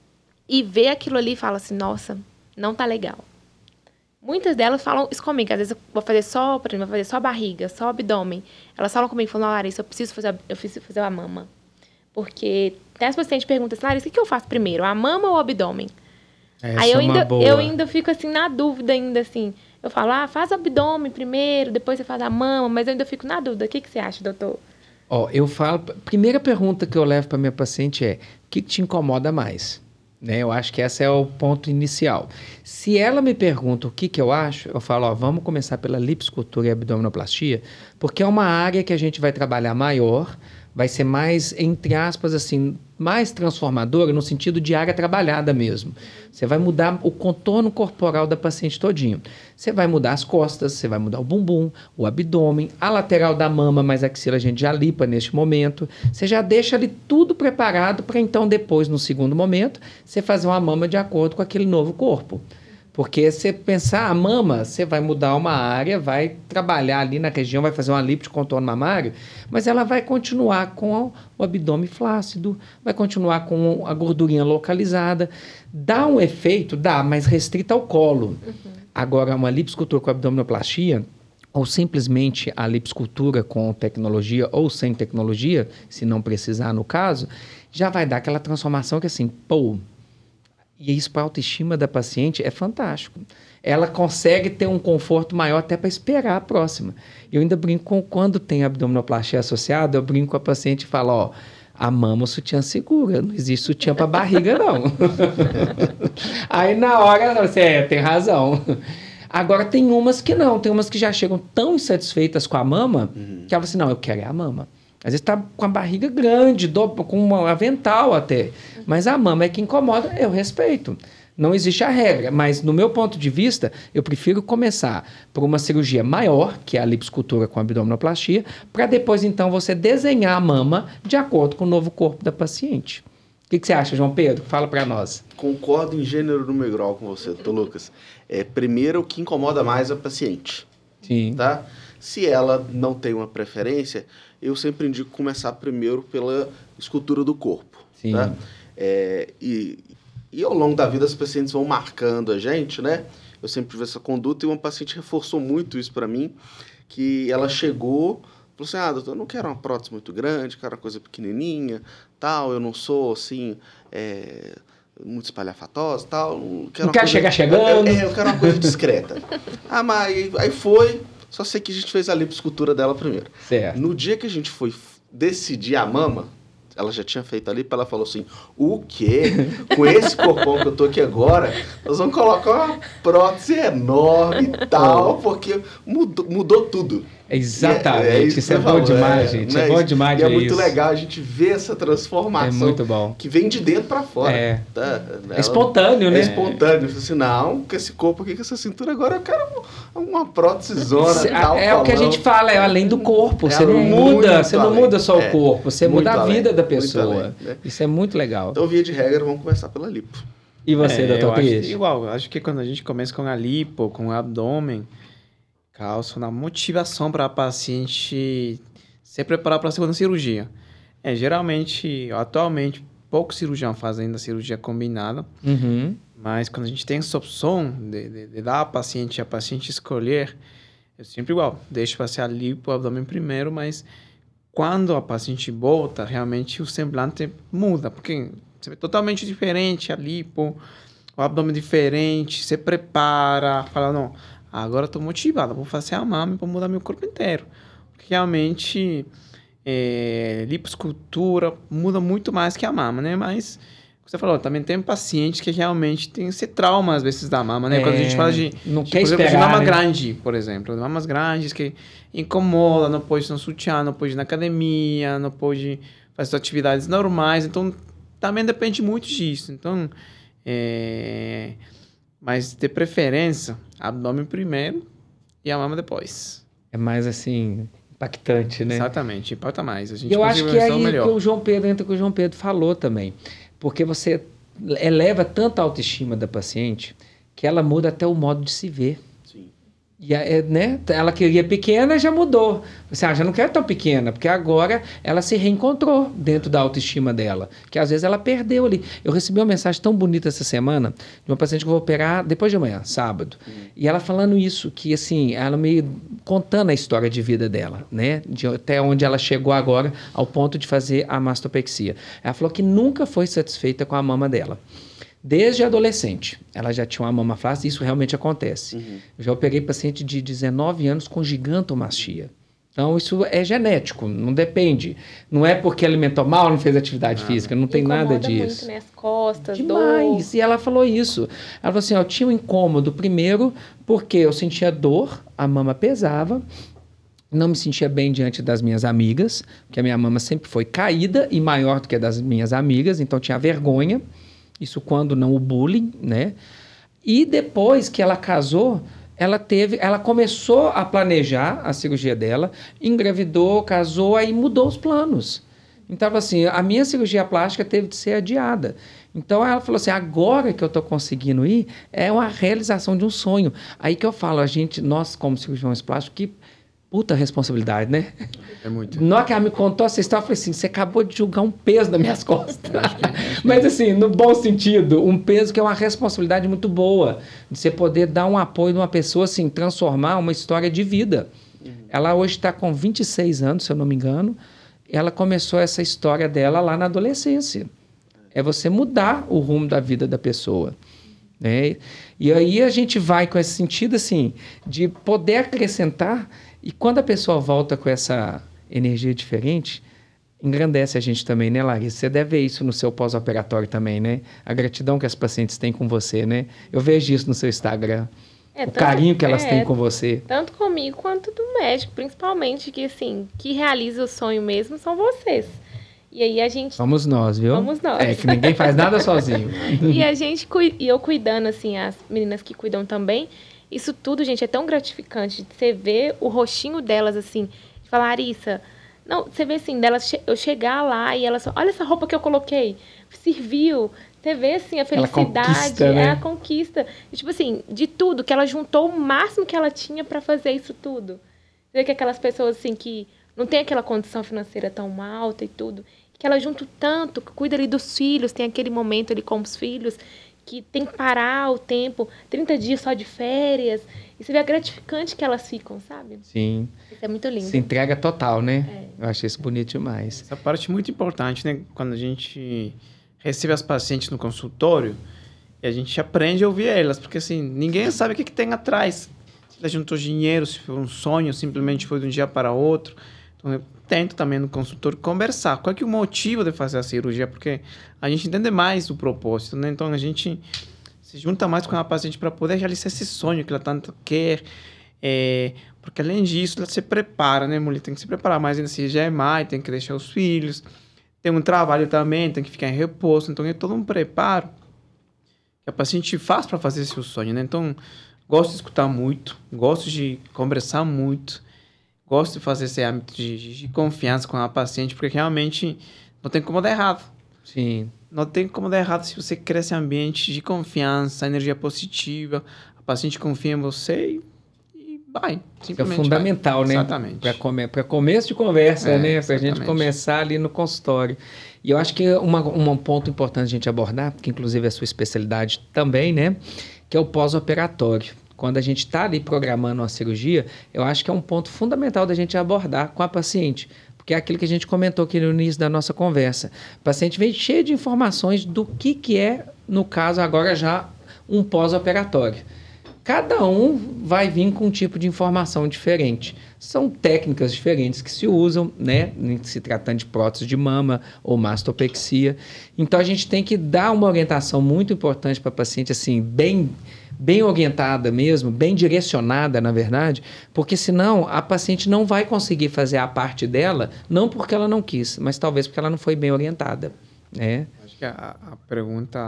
e vê aquilo ali e falam assim, nossa, não tá legal. Muitas delas falam isso comigo, às vezes eu vou fazer só, por exemplo, vou fazer só barriga, só abdômen. Elas falam comigo, falam, Larissa, eu preciso fazer, eu preciso fazer a mama. Porque até as pacientes perguntam assim, Larissa, o que eu faço primeiro, a mama ou o abdômen?
Essa
Aí eu
é uma
ainda,
boa.
eu ainda fico assim, na dúvida ainda, assim. Eu falo, ah, faz o abdômen primeiro, depois você faz a mama, mas eu ainda fico na dúvida. O que, que você acha, doutor?
Ó, eu falo, primeira pergunta que eu levo para minha paciente é, o que, que te incomoda mais? Né? Eu acho que esse é o ponto inicial. Se ela me pergunta o que, que eu acho, eu falo, ó, vamos começar pela lipoescultura e abdominoplastia, porque é uma área que a gente vai trabalhar maior, vai ser mais, entre aspas, assim, mais transformadora no sentido de área trabalhada mesmo. Você vai mudar o contorno corporal da paciente todinho. Você vai mudar as costas, você vai mudar o bumbum, o abdômen, a lateral da mama, mas a axila a gente já limpa neste momento. Você já deixa ali tudo preparado para então depois, no segundo momento, você fazer uma mama de acordo com aquele novo corpo. Porque você pensar a mama, você vai mudar uma área, vai trabalhar ali na região, vai fazer uma lipo de contorno mamário, mas ela vai continuar com o abdômen flácido, vai continuar com a gordurinha localizada. Dá um efeito, dá, mas restrito ao colo. Uhum. Agora, uma lipoescultura com abdominoplastia, ou simplesmente a lipoescultura com tecnologia ou sem tecnologia, se não precisar no caso, já vai dar aquela transformação que assim, pô... E isso para a autoestima da paciente é fantástico. Ela consegue ter um conforto maior até para esperar a próxima. Eu ainda brinco com, quando tem abdominoplastia associada, eu brinco com a paciente e falo, ó, a mama o sutiã segura, não existe sutiã para barriga, não. Aí na hora, você é, tem razão. Agora tem umas que não, tem umas que já chegam tão insatisfeitas com a mama, uhum. que ela fala assim, não, eu quero é a mama. Às vezes está com a barriga grande, do, com um avental até. Mas a mama é que incomoda, eu respeito. Não existe a regra, mas no meu ponto de vista, eu prefiro começar por uma cirurgia maior, que é a lipoescultura com abdominoplastia, para depois então você desenhar a mama de acordo com o novo corpo da paciente. O que, que você acha, João Pedro? Fala para nós.
Concordo em gênero número grau com você, doutor Lucas. É, primeiro, o que incomoda mais é a paciente.
Sim.
Tá? Se ela não tem uma preferência, eu sempre indico começar primeiro pela escultura do corpo.
Sim.
Tá? É, e, e ao longo da vida as pacientes vão marcando a gente, né? Eu sempre vi essa conduta e uma paciente reforçou muito isso para mim, que ela chegou, falou assim, ah, doutor, eu não quero uma prótese muito grande, quero uma coisa pequenininha, tal, eu não sou, assim, é, muito espalhafatosa, tal. Não quero,
não quer
coisa,
chegar chegando.
Eu, eu, eu quero uma coisa discreta. Ah, mas aí, aí foi... Só sei que a gente fez a lipoescultura dela primeiro.
Certo.
No dia que a gente foi decidir a mama, ela já tinha feito a lipo, ela falou assim, o quê? Com esse corpão que eu tô aqui agora, nós vamos colocar uma prótese enorme e tal, porque mudou, mudou tudo.
Exatamente,
é, é
isso, isso é bom
falou,
demais,
é,
gente,
né?
é bom demais.
E é,
é
muito
isso.
legal a gente ver essa transformação.
É muito bom.
Que vem de dentro pra fora.
É,
tá?
é espontâneo,
é
né?
É espontâneo. Eu falei assim, não, com esse corpo aqui, com essa cintura, agora eu quero uma prótesezona.
É,
tal,
é o que a gente fala, é além do corpo.
É
você não
muito
muda, você não
além.
muda só
É,
o corpo, você
muito
muda a
além,
vida da
muito
pessoa.
além, né?
Isso é muito legal.
Então, via de regra, vamos começar pela lipo.
E você,
É,
doutor
eu acho
Cris?
igual, eu acho que quando a gente começa com a lipo, com o abdômen, causa uma motivação para a paciente se preparar para a segunda cirurgia. É, geralmente, atualmente, poucos cirurgiões fazem ainda cirurgia combinada,
Uhum.
mas quando a gente tem essa opção de, de, de dar a paciente, a paciente escolher, é sempre igual, deixa fazer a lipo, o abdômen primeiro, mas quando a paciente volta, realmente o semblante muda, porque você vê totalmente diferente a lipo, o abdômen diferente, você prepara, fala, não, agora estou motivado, vou fazer a mama para mudar meu corpo inteiro. Porque realmente, é, lipoescultura muda muito mais que a mama, né? Mas, você falou, também tem pacientes que realmente tem esse trauma, às vezes, da mama, né?
É,
Quando a gente fala de,
não
de,
quer
por exemplo, de
esperar,
mama
né?
grande, por exemplo. Mamas grandes que incomoda, não pode ir no sutiã, não pode ir na academia, não pode fazer suas atividades normais. Então, também depende muito disso. Então, é... mas de preferência, abdômen primeiro e a mama depois.
É mais assim, impactante, né?
Exatamente, impacta mais. A gente
E eu acho que é
consegue uma
aí
melhor.
que o João Pedro entra com o João Pedro falou também. Porque você eleva tanto a autoestima da paciente que ela muda até o modo de se ver.
Sim.
E, é, né? Ela queria pequena, já mudou. Você ah, já não quero tão pequena, porque agora ela se reencontrou dentro da autoestima dela, que às vezes ela perdeu ali. Eu recebi uma mensagem tão bonita essa semana de uma paciente que eu vou operar depois de amanhã, sábado. Uhum. E ela falando isso, que assim, ela me contando a história de vida dela, né? De até onde ela chegou agora, ao ponto de fazer a mastopexia. Ela falou que nunca foi satisfeita com a mama dela. Desde adolescente, ela já tinha uma mama flácida, isso realmente acontece. Uhum. Eu já operei paciente de dezenove anos com gigantomastia. Então, isso é genético, não depende. Não é porque alimentou mal, não fez atividade ah, física, não tem nada disso.
Muito, né? As costas,
demais.
Dor.
E ela falou isso. Ela falou assim, ó, eu tinha um incômodo primeiro porque eu sentia dor, a mama pesava, não me sentia bem diante das minhas amigas, porque a minha mama sempre foi caída e maior do que a das minhas amigas, então tinha vergonha. Isso quando não o bullying, né? E depois que ela casou, ela teve, ela começou a planejar a cirurgia dela, engravidou, casou, aí mudou os planos. Então, assim, a minha cirurgia plástica teve de ser adiada. Então, ela falou assim, agora que eu estou conseguindo ir, é uma realização de um sonho. Aí que eu falo, a gente, nós como cirurgiões plásticos, que puta responsabilidade, né?
É muito.
Na hora que ela me contou essa história, eu falei assim, você acabou de julgar um peso nas minhas costas. Mas assim, no bom sentido, um peso que é uma responsabilidade muito boa, de você poder dar um apoio de uma pessoa, assim, transformar uma história de vida. Uhum. Ela hoje está com vinte e seis anos, se eu não me engano, ela começou essa história dela lá na adolescência. É você mudar o rumo da vida da pessoa. Né? E aí a gente vai com esse sentido, assim, de poder acrescentar. E quando a pessoa volta com essa energia diferente, engrandece a gente também, né, Larissa? Você deve ver isso no seu pós-operatório também, né? A gratidão que as pacientes têm com você, né? Eu vejo isso no seu Instagram. É, o tanto, carinho que elas é, têm com você.
Tanto comigo quanto do médico, principalmente, que assim, que realiza o sonho mesmo são vocês. E aí a gente...
Somos nós, viu?
Somos nós.
É, que ninguém faz nada sozinho.
E a gente, e eu cuidando, assim, as meninas que cuidam também... Isso tudo, gente, é tão gratificante. Você vê o rostinho delas, assim, de falar, Larissa... Não, você vê, assim, delas, eu chegar lá e elas... Olha essa roupa que eu coloquei. Serviu. Você vê, assim, a felicidade.
Conquista, né?
É a conquista. E, tipo assim, de tudo. Que ela juntou o máximo que ela tinha para fazer isso tudo. Você vê que aquelas pessoas, assim, que não tem aquela condição financeira tão alta e tudo. Que ela junta tanto, cuida ali dos filhos. Tem aquele momento ali com os filhos... que tem que parar o tempo, trinta dias só de férias, e você vê a gratificante que elas ficam, sabe?
Sim.
Isso é muito lindo.
Se entrega total, né?
É.
Eu achei isso bonito demais.
Essa parte é muito importante, né? Quando a gente recebe as pacientes no consultório, e a gente aprende a ouvir elas, porque assim, ninguém sabe o que, que tem atrás. ela juntou dinheiro, se foi um sonho, simplesmente foi de um dia para outro. Então, eu tento também no consultório conversar. Qual é, que é o motivo de fazer a cirurgia? Porque a gente entende mais o propósito, né? Então, a gente se junta mais com a paciente para poder realizar esse sonho que ela tanto quer. É, porque, além disso, ela se prepara, né, mulher? Tem que se preparar mais ainda. Se já é mãe, tem que deixar os filhos. Tem um trabalho também, tem que ficar em repouso. Então, é todo um preparo que a paciente faz para fazer seu sonho, né? Então, gosto de escutar muito, gosto de conversar muito. Gosto de fazer esse âmbito de, de confiança com a paciente, porque realmente não tem como dar errado.
Sim.
Não tem como dar errado se você cria esse ambiente de confiança, energia positiva, a paciente confia em você e, e vai.
Isso é fundamental,
vai.
Né?
Exatamente.
Para come, começo de conversa,
é,
né? Para a gente começar ali no consultório. E eu acho que uma, um ponto importante a gente abordar, que inclusive é a sua especialidade também, né? Que é o pós-operatório. Quando a gente está ali programando uma cirurgia, eu acho que é um ponto fundamental da gente abordar com a paciente. Porque é aquilo que a gente comentou aqui no início da nossa conversa. O paciente vem cheio de informações do que, que é, no caso agora já, um pós-operatório. Cada um vai vir com um tipo de informação diferente. São técnicas diferentes que se usam, né? Se tratando de prótese de mama ou mastopexia. Então, a gente tem que dar uma orientação muito importante para a paciente, assim, bem... bem orientada mesmo, bem direcionada, na verdade, porque senão a paciente não vai conseguir fazer a parte dela, não porque ela não quis, mas talvez porque ela não foi bem orientada, né?
Acho que a, a pergunta,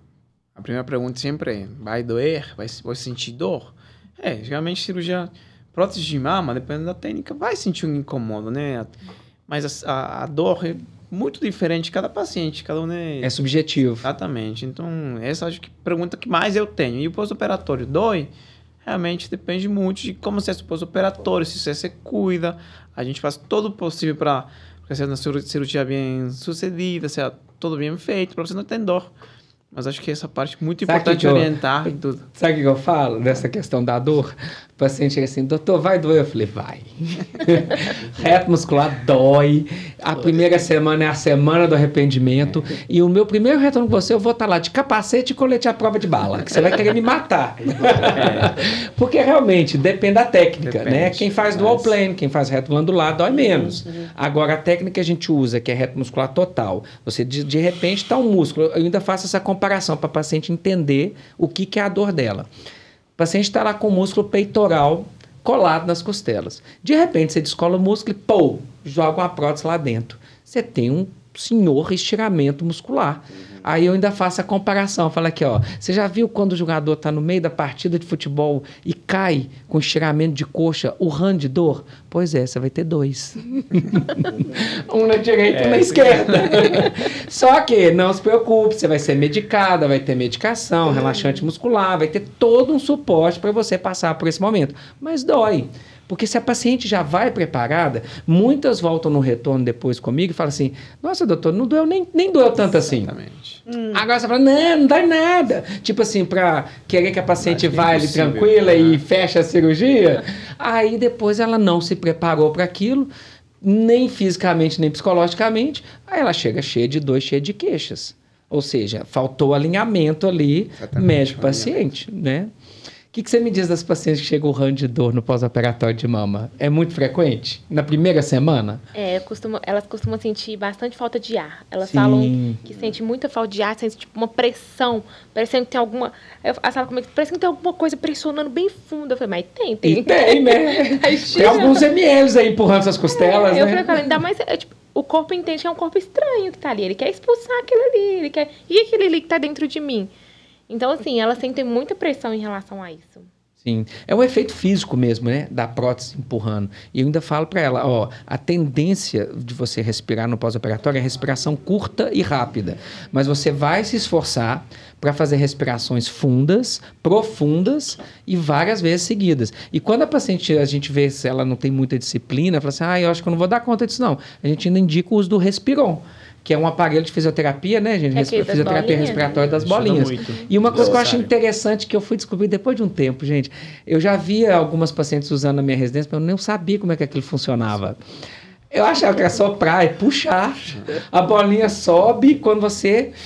a primeira pergunta sempre é, vai doer? Vai, vai sentir dor? É, geralmente cirurgia, prótese de mama, dependendo da técnica, vai sentir um incômodo, né? Mas a, a, a dor é muito diferente de cada paciente, cada um é...
É subjetivo.
Exatamente. Então, essa acho que é a pergunta que mais eu tenho. E o pós-operatório dói? Realmente depende muito de como você é o pós-operatório, se você se cuida. A gente faz todo o possível para que seja uma cirurgia bem sucedida, seja tudo bem feito, para você não ter dor. Mas acho que essa parte é muito
Sabe
importante
que eu,
orientar e tudo.
Sabe o que eu falo dessa questão da dor? O paciente chega assim, doutor, vai doer? Eu falei, vai. Reto muscular dói. A primeira semana é a semana do arrependimento. É. E o meu primeiro retorno com você, eu vou estar lá de capacete e colete à prova de bala, que você vai querer me matar. É. Porque realmente depende da técnica, depende, né? Quem faz dual plane, quem faz reto glandular, dói menos. Uhum. Agora, a técnica que a gente usa, que é reto muscular total, você de, de repente está um músculo, eu ainda faço essa comparação para a paciente entender o que, que é a dor dela. O paciente está lá com o músculo peitoral colado nas costelas. De repente, você descola o músculo e, pô, joga uma prótese lá dentro. Você tem um senhor estiramento muscular. Uhum. Aí eu ainda faço a comparação. Falo aqui, ó, você já viu quando o jogador está no meio da partida de futebol e cai com estiramento de coxa, urrando de dor? Pois é, você vai ter dois. Um na direita e um na esquerda. Só que não se preocupe, você vai ser medicada, vai ter medicação, relaxante muscular, vai ter todo um suporte para você passar por esse momento. Mas dói. Porque se a paciente já vai preparada, muitas voltam no retorno depois comigo e falam assim, nossa, doutor, não doeu, nem, nem doeu tanto assim.
Exatamente.
Hum. Agora você fala, não, não dói nada. Tipo assim, para querer que a paciente vá ali tranquila, né? E feche a cirurgia. Aí depois ela não se preparou para aquilo, nem fisicamente, nem psicologicamente. Aí ela chega cheia de dor, cheia de queixas. Ou seja, faltou alinhamento ali, médico-paciente, né? O que, que você me diz das pacientes que chegam urrando de dor no pós-operatório de mama? É muito frequente? Na primeira semana?
É, costuma, elas costumam sentir bastante falta de ar. Elas Sim. falam que sentem muita falta de ar, sentem tipo uma pressão, parecendo que tem alguma... Elas falam comigo, parecendo que tem alguma coisa pressionando bem fundo. Eu falei, mas tem, tem.
E tem, né? Tem alguns ml aí empurrando essas costelas,
é, eu
né?
Eu falei, ainda mais... É, tipo, o corpo entende que é um corpo estranho que tá ali. Ele quer expulsar aquilo ali, ele quer... E aquele ali que tá dentro de mim? Então, assim, elas sentem muita pressão em relação a isso.
Sim. É um efeito físico mesmo, né? Da prótese empurrando. E eu ainda falo para ela, ó, a tendência de você respirar no pós-operatório é respiração curta e rápida. Mas você vai se esforçar para fazer respirações fundas, profundas e várias vezes seguidas. E quando a paciente, a gente vê se ela não tem muita disciplina, fala assim, ah, eu acho que eu não vou dar conta disso, não. A gente ainda indica o uso do Respiron, que é um aparelho de fisioterapia, né, gente?
É
Fisioterapia
bolinhas,
respiratória, né? Das bolinhas. E uma coisa que eu acho interessante, que eu fui descobrir depois de um tempo, gente, eu já via algumas pacientes usando na minha residência, mas eu nem sabia como é que aquilo funcionava. Eu achava que era soprar e puxar, a bolinha sobe, quando você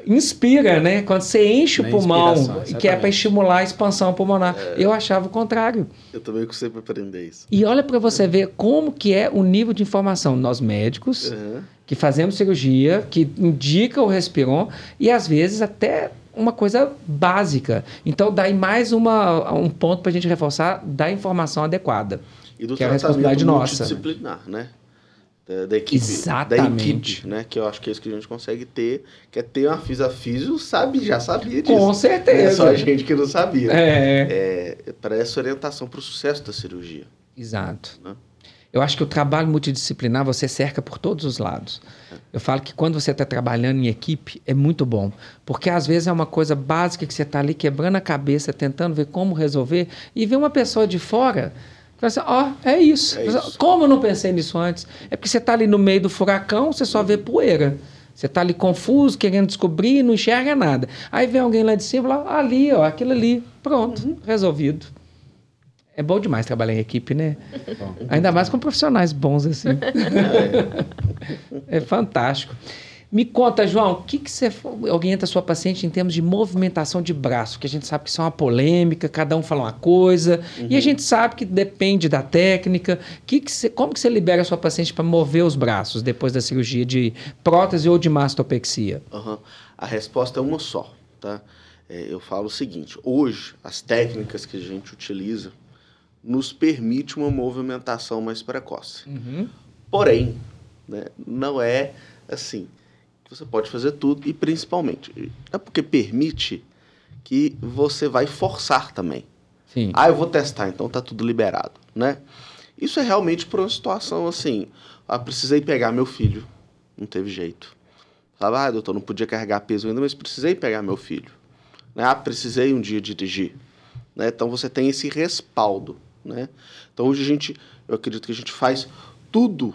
inspira, né? Quando você enche
Na
o pulmão,
inspiração,
que é para
exatamente.
estimular a expansão pulmonar. Eu achava o contrário.
Eu também gostei para aprender isso.
E olha para você ver como que é o nível de informação. Nós médicos,
Uhum.
que fazemos cirurgia, que indica o Respiron, e às vezes até uma coisa básica. Então, daí mais uma, um ponto para a gente reforçar da informação adequada.
E do
Que é a
tratamento
responsabilidade nossa.
multidisciplinar, né? Da, da equipe.
Exatamente.
Da equipe, né? Que eu acho que é isso que a gente consegue ter, que é ter uma física físio, sabe, já sabia disso.
Com certeza.
Não é só a gente que não sabia.
É.
É, para essa orientação para o sucesso da cirurgia.
Exato.
Né?
Eu acho que o trabalho multidisciplinar você cerca por todos os lados. Eu falo que quando você está trabalhando em equipe, é muito bom. Porque às vezes é uma coisa básica que você está ali quebrando a cabeça, tentando ver como resolver, e vê uma pessoa de fora, fala assim, ó, oh, é isso.
É isso.
Como eu não pensei nisso antes? É porque você está ali no meio do furacão, você só vê poeira. Você está ali confuso, querendo descobrir, não enxerga nada. Aí vem alguém lá de cima, lá, ali, ó, aquilo ali, pronto, uhum. resolvido. É bom demais trabalhar em equipe, né? Bom. Ainda mais com profissionais bons assim. É fantástico. Me conta, João, o que, que você orienta a sua paciente em termos de movimentação de braço? Que a gente sabe que isso é uma polêmica, cada um fala uma coisa, uhum. e a gente sabe que depende da técnica. Que que você, como que você libera a sua paciente para mover os braços depois da cirurgia de prótese ou de mastopexia?
Uhum. A resposta é uma só, tá? É, eu falo o seguinte, hoje, as técnicas que a gente utiliza nos permite uma movimentação mais precoce.
Uhum.
Porém, né, não é assim, você pode fazer tudo e principalmente, é porque permite que você vai forçar também.
Sim.
Ah, eu vou testar, então tá tudo liberado, né? Isso é realmente por uma situação assim, ah, precisei pegar meu filho, não teve jeito. Falava, ah, doutor, não podia carregar peso ainda, mas precisei pegar meu filho. Né? Ah, precisei um dia dirigir. Né? Então você tem esse respaldo. Né? Então hoje a gente, eu acredito que a gente faz tudo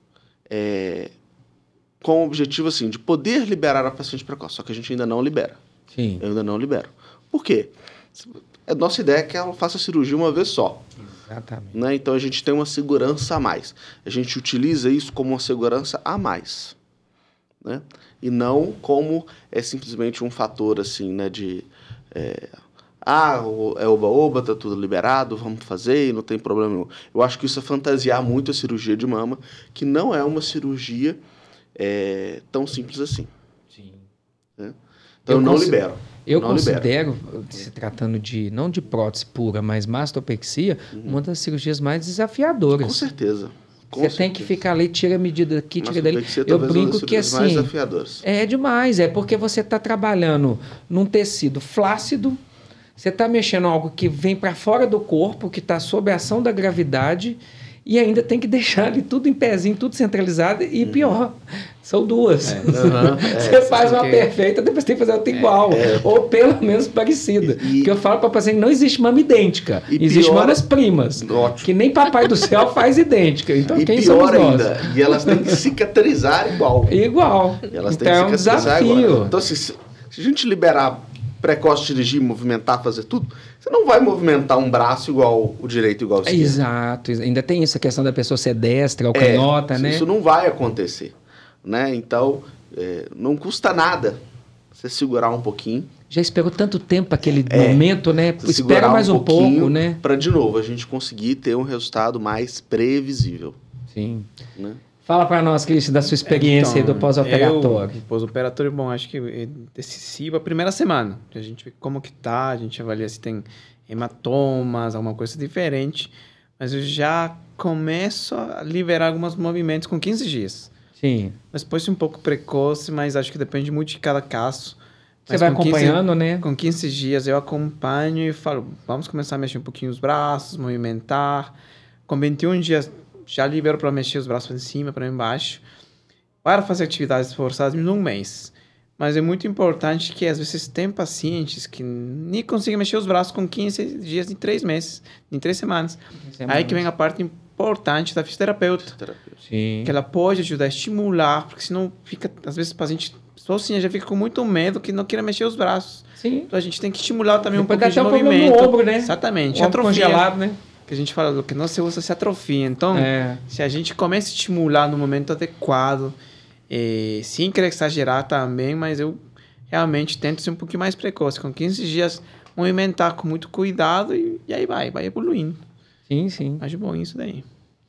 é, com o objetivo assim, de poder liberar a paciente precoce, só que a gente ainda não libera.
Sim.
Eu ainda não libero. Por quê? A nossa ideia é que ela faça a cirurgia uma vez só.
Exatamente.
Né? Então a gente tem uma segurança a mais. A gente utiliza isso como uma segurança a mais. Né? E não como é simplesmente um fator assim, né, de... É, ah, é oba-oba, tá tudo liberado, vamos fazer e não tem problema nenhum. Eu acho que isso é fantasiar muito a cirurgia de mama, que não é uma cirurgia é, tão simples assim.
Sim.
Né? Então eu, eu não libero.
Eu
não
considero,
libero.
se tratando de, não de prótese pura, mas mastopexia, uhum. uma das cirurgias mais desafiadoras.
Com certeza. Com
Você
certeza.
tem que ficar ali, tira a medida aqui, tira dali. Eu brinco que assim,
mais desafiadoras.
É demais, é porque você está trabalhando num tecido flácido, você está mexendo em algo que vem para fora do corpo, que está sob a ação da gravidade, e ainda tem que deixar ali tudo em pezinho, tudo centralizado, e uhum. pior, são duas. É. Uhum. Você é, faz uma que... perfeita, depois tem que fazer outra igual, é, é. ou pelo menos parecida. E... Porque eu falo para a paciente, não existe mama idêntica, existe mamas primas, ótimo. Que nem papai do céu faz idêntica. Então
e
quem
pior
somos
ainda,
nós?
E elas têm que cicatrizar igual.
Igual.
E elas
então
têm que
é um desafio.
Igual. Então se, se a gente liberar precoce, dirigir, movimentar, fazer tudo, você não vai movimentar um braço igual o direito, igual o esquerdo.
Exato. Ainda tem isso, a questão da pessoa ser destra ou canhota,
é,
né?
Isso não vai acontecer. Né? Então, é, não custa nada você segurar um pouquinho. Já
esperou tanto tempo aquele é, momento, né? Espera mais um, um pouco, né?
Para, de novo, a gente conseguir ter um resultado mais previsível.
Sim.
Né?
Fala para nós, Cristian, da sua experiência então, aí do pós-operatório.
Pós-operatório, bom, acho que é decisivo a primeira semana. A gente vê como que tá, a gente avalia se tem hematomas, alguma coisa diferente. Mas eu já começo a liberar alguns movimentos com quinze dias.
Sim.
Mas pode ser um pouco precoce, mas acho que depende muito de cada caso.
Você mas vai acompanhando,
quinze,
né?
Com quinze dias eu acompanho e falo, vamos começar a mexer um pouquinho os braços, movimentar. Com vinte e um dias... já libero para mexer os braços para cima, para embaixo, para fazer atividades forçadas num mês. Mas é muito importante que, às vezes, tem pacientes que nem conseguem mexer os braços com quinze dias em três meses, em três semanas. semanas. Aí que vem a parte importante da fisioterapeuta. fisioterapeuta.
Sim.
Que ela pode ajudar a estimular, porque senão fica, às vezes, o paciente sozinha já fica com muito medo que não queira mexer os braços.
Sim.
Então, a gente tem que estimular também
Depois
um pouquinho de
movimento.
movimento.
No ombro, né?
Exatamente.
O ombro congelado, né?
Que a gente fala, que não se usa se atrofia. Então,
é.
se a gente começa a estimular no momento adequado, eh, sem querer exagerar também, mas eu realmente tenta ser um pouquinho mais precoce. Com quinze dias, movimentar com muito cuidado e, e aí vai, vai evoluindo.
Sim, sim.
Acho bom isso daí.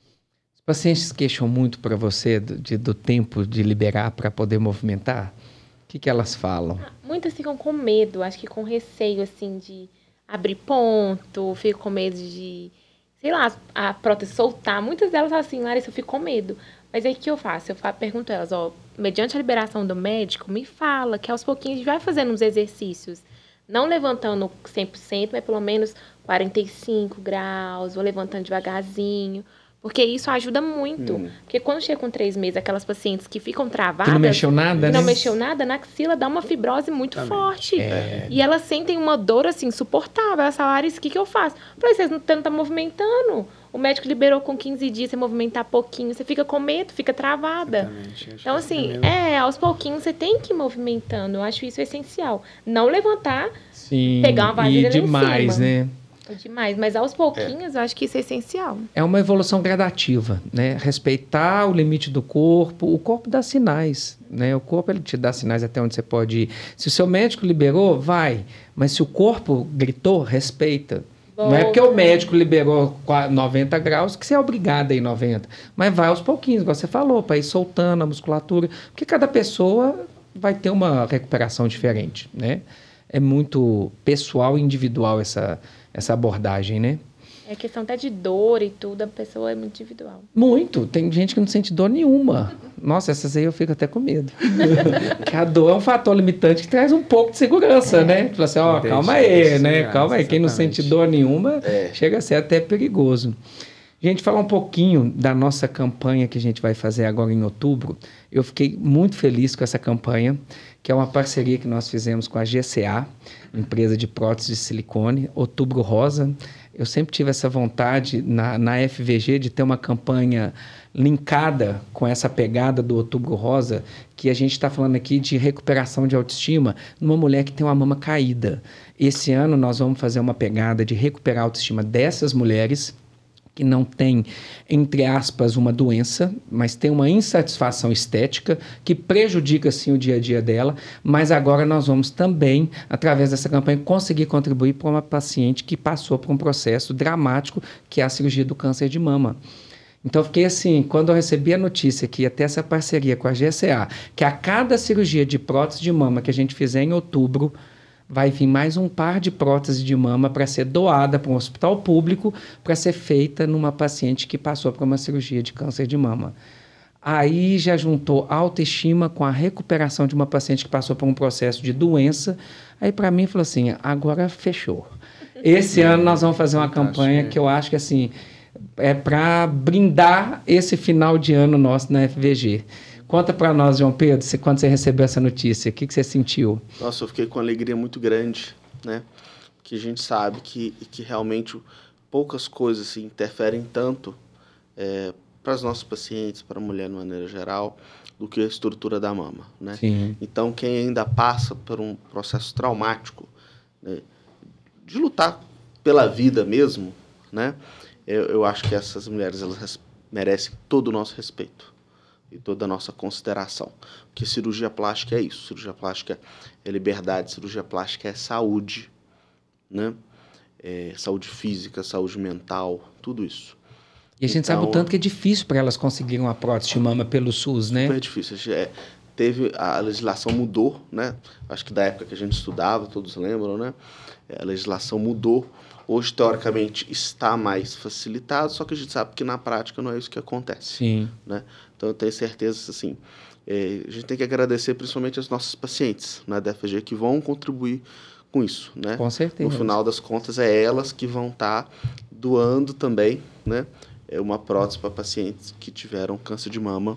Os pacientes queixam muito para você do, de, do tempo de liberar para poder movimentar? O que, que elas falam?
Muitas ficam com medo, acho que com receio, assim, de abrir ponto, ficam com medo de, sei lá, a prótese soltar. Muitas delas falam assim, Larissa, eu fico com medo. Mas aí o que eu faço? Eu faço, pergunto a elas, ó, mediante a liberação do médico, me fala que aos pouquinhos a gente vai fazendo uns exercícios. Não levantando cem por cento, mas pelo menos quarenta e cinco graus, vou levantando devagarzinho. Porque isso ajuda muito. Hum. Porque quando chega com três meses, aquelas pacientes que ficam travadas...
Que não mexeu nada,
que
né?
não mexeu nada, na axila dá uma fibrose muito Também. forte. É. E elas sentem uma dor, assim, insuportável. Essa Larissa, o que, que eu faço? Eu falei, vocês não estão movimentando. O médico liberou com quinze dias, você movimentar pouquinho, você fica com medo, fica travada. Então, assim, é, aos pouquinhos você tem que ir movimentando. Eu acho isso essencial. Não levantar, Sim, pegar uma vasilha
e demais,
em cima.
né?
Demais, mas aos pouquinhos é. eu acho que isso é essencial.
É uma evolução gradativa, né? Respeitar o limite do corpo. O corpo dá sinais, né? O corpo ele te dá sinais até onde você pode ir. Se o seu médico liberou, vai. Mas se o corpo gritou, respeita. Volta. Não é porque o médico liberou noventa graus que você é obrigado a ir noventa. Mas vai aos pouquinhos, igual você falou, para ir soltando a musculatura. Porque cada pessoa vai ter uma recuperação diferente, né? É muito pessoal e individual essa... essa abordagem, né?
É questão até de dor e tudo, a pessoa é muito individual.
Muito. Tem gente que não sente dor nenhuma. Nossa, essas aí eu fico até com medo. Porque a dor é um fator limitante que traz um pouco de segurança, é. né? Fala assim, ó, oh, calma aí, né? Calma aí. Quem não sente dor nenhuma, é. chega a ser até perigoso. Gente, falar um pouquinho da nossa campanha que a gente vai fazer agora em outubro. Eu fiquei muito feliz com essa campanha, que é uma parceria que nós fizemos com a G C A, empresa de prótese de silicone, Outubro Rosa. Eu sempre tive essa vontade na, na F V G de ter uma campanha linkada com essa pegada do Outubro Rosa, que a gente está falando aqui de recuperação de autoestima numa mulher que tem uma mama caída. Esse ano nós vamos fazer uma pegada de recuperar a autoestima dessas mulheres que não tem, entre aspas, uma doença, mas tem uma insatisfação estética que prejudica, sim, o dia a dia dela, mas agora nós vamos também, através dessa campanha, conseguir contribuir para uma paciente que passou por um processo dramático, que é a cirurgia do câncer de mama. Então, eu fiquei assim, quando eu recebi a notícia que ia ter essa parceria com a G C A, que a cada cirurgia de prótese de mama que a gente fizer em outubro, vai vir mais um par de próteses de mama para ser doada para um hospital público para ser feita numa paciente que passou por uma cirurgia de câncer de mama. Aí já juntou autoestima com a recuperação de uma paciente que passou por um processo de doença. Aí para mim falou assim, agora fechou. Esse ano nós vamos fazer uma campanha que eu acho que assim, é para brindar esse final de ano nosso na F V G. Conta para nós, João Pedro, você, quando você recebeu essa notícia, o que, que você sentiu?
Nossa, eu fiquei com uma alegria muito grande, né? Porque a gente sabe que, que realmente poucas coisas assim, interferem tanto é, para os nossos pacientes, para a mulher de maneira geral, do que a estrutura da mama, né?
Sim.
Então, quem ainda passa por um processo traumático, né, de lutar pela vida mesmo, né? Eu, eu acho que essas mulheres elas merecem todo o nosso respeito e toda a nossa consideração. Porque cirurgia plástica é isso. Cirurgia plástica é liberdade, cirurgia plástica é saúde, né? É saúde física, saúde mental, tudo isso.
E a gente então, sabe o tanto que é difícil para elas conseguirem uma prótese de mama pelo SUS, né?
Super difícil. É, teve, a legislação mudou, né? Acho que da época que a gente estudava, todos lembram, né? A legislação mudou. Hoje, teoricamente, está mais facilitado, só que a gente sabe que na prática não é isso que acontece.
Sim.
Né? Então, eu tenho certeza, assim, é, a gente tem que agradecer principalmente aos nossos pacientes, né, da F V G, que vão contribuir com isso, né?
Com certeza.
No final das contas, é elas que vão estar tá doando também, né, é uma prótese para pacientes que tiveram câncer de mama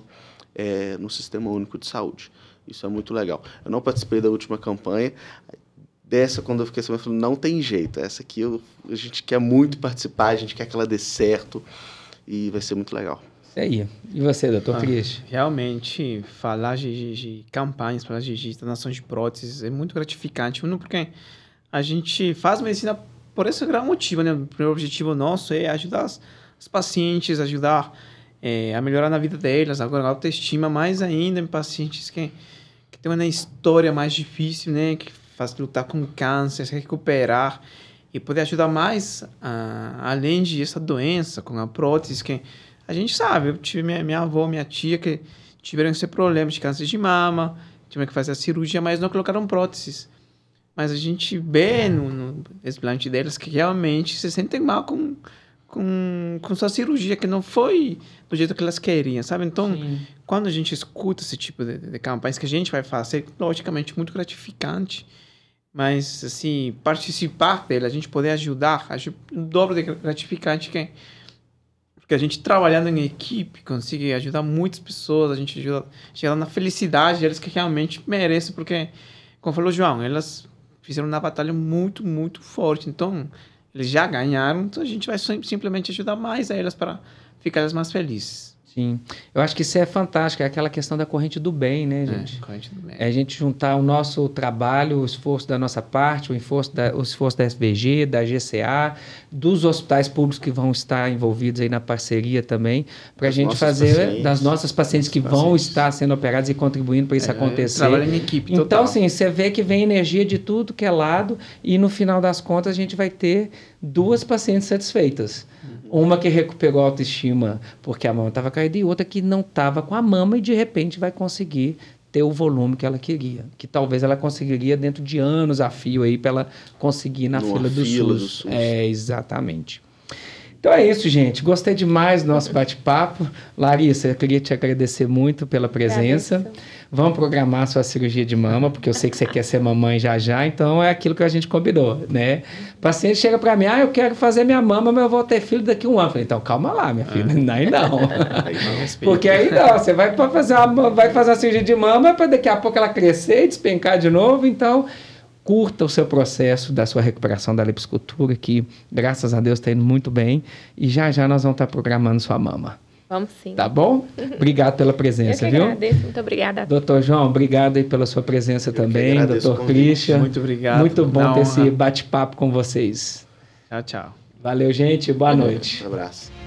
é, no Sistema Único de Saúde. Isso é muito legal. Eu não participei da última campanha. Dessa, quando eu fiquei sabendo, eu falei, não tem jeito. Essa aqui eu, a gente quer muito participar, a gente quer que ela dê certo e vai ser muito legal.
Isso aí. E você, doutor
ah,
Cris?
Realmente, falar de, de, de campanhas, falar de, de instalação de próteses é muito gratificante. Não porque a gente faz medicina por esse grande motivo, né? O primeiro objetivo nosso é ajudar as, as pacientes, ajudar é, a melhorar na vida delas, agora a autoestima, mais ainda em pacientes que tem uma história mais difícil, né? Que faz lutar com câncer, se recuperar e poder ajudar mais, ah, além de essa doença, com a prótese, que a gente sabe, eu tive minha, minha avó, minha tia, que tiveram esse problema de câncer de mama, tiveram que fazer a cirurgia, mas não colocaram próteses. Mas a gente vê no, no explante delas que realmente se sentem mal com, com, com sua cirurgia, que não foi do jeito que elas queriam, sabe? Então, sim, quando a gente escuta esse tipo de, de campanhas que a gente vai fazer, logicamente, muito gratificante, mas, assim, participar dela, a gente poder ajudar, acho o dobro de gratificante que é. Porque a gente trabalhando em equipe consegue ajudar muitas pessoas, a gente ajuda chega na felicidade delas que realmente merecem, porque, como falou o João, elas fizeram uma batalha muito, muito forte. Então, eles já ganharam, então a gente vai simplesmente ajudar mais a elas para ficar mais felizes.
Sim, eu acho que isso é fantástico, é aquela questão da corrente do bem, né, gente?
É, corrente do bem.
É a gente juntar o nosso trabalho, o esforço da nossa parte, o esforço da, o esforço da S V G, da G C A, dos hospitais públicos que vão estar envolvidos aí na parceria também, para a gente fazer, pacientes. das nossas pacientes que pacientes. vão estar sendo operadas e contribuindo para isso é, acontecer.
Trabalho em equipe total.
Então, assim, você vê que vem energia de tudo que é lado e no final das contas a gente vai ter duas pacientes satisfeitas. Uma que recuperou a autoestima porque a mama estava caída e outra que não estava com a mama e de repente vai conseguir ter o volume que ela queria. Que talvez ela conseguiria dentro de anos a fio aí para ela conseguir na
Numa
fila do
fila
SUS.
do SUS.
É, exatamente. Então é isso, gente. Gostei demais do nosso bate-papo. Larissa, eu queria te agradecer muito pela presença.
Agradeço.
Vamos programar a sua cirurgia de mama, porque eu sei que você quer ser mamãe já já, então é aquilo que a gente combinou, né? O paciente chega para mim, ah, eu quero fazer minha mama, mas eu vou ter filho daqui a um ano. Eu falei, então calma lá, minha filha, é. aí não.
Aí não
porque aí não, você vai fazer uma, vai fazer uma cirurgia de mama para daqui a pouco ela crescer e despencar de novo, então curta o seu processo da sua recuperação da lipoescultura, que graças a Deus está indo muito bem, e já já nós vamos estar programando sua mama.
Vamos sim.
Tá bom? Obrigado pela presença,
eu que
viu?
agradeço, muito obrigada.
Doutor João, obrigado aí pela sua presença eu também. Doutor Christian.
Muito obrigado.
Muito bom ter esse bate-papo com vocês.
Tchau, tchau.
Valeu, gente. Boa noite.
Um abraço.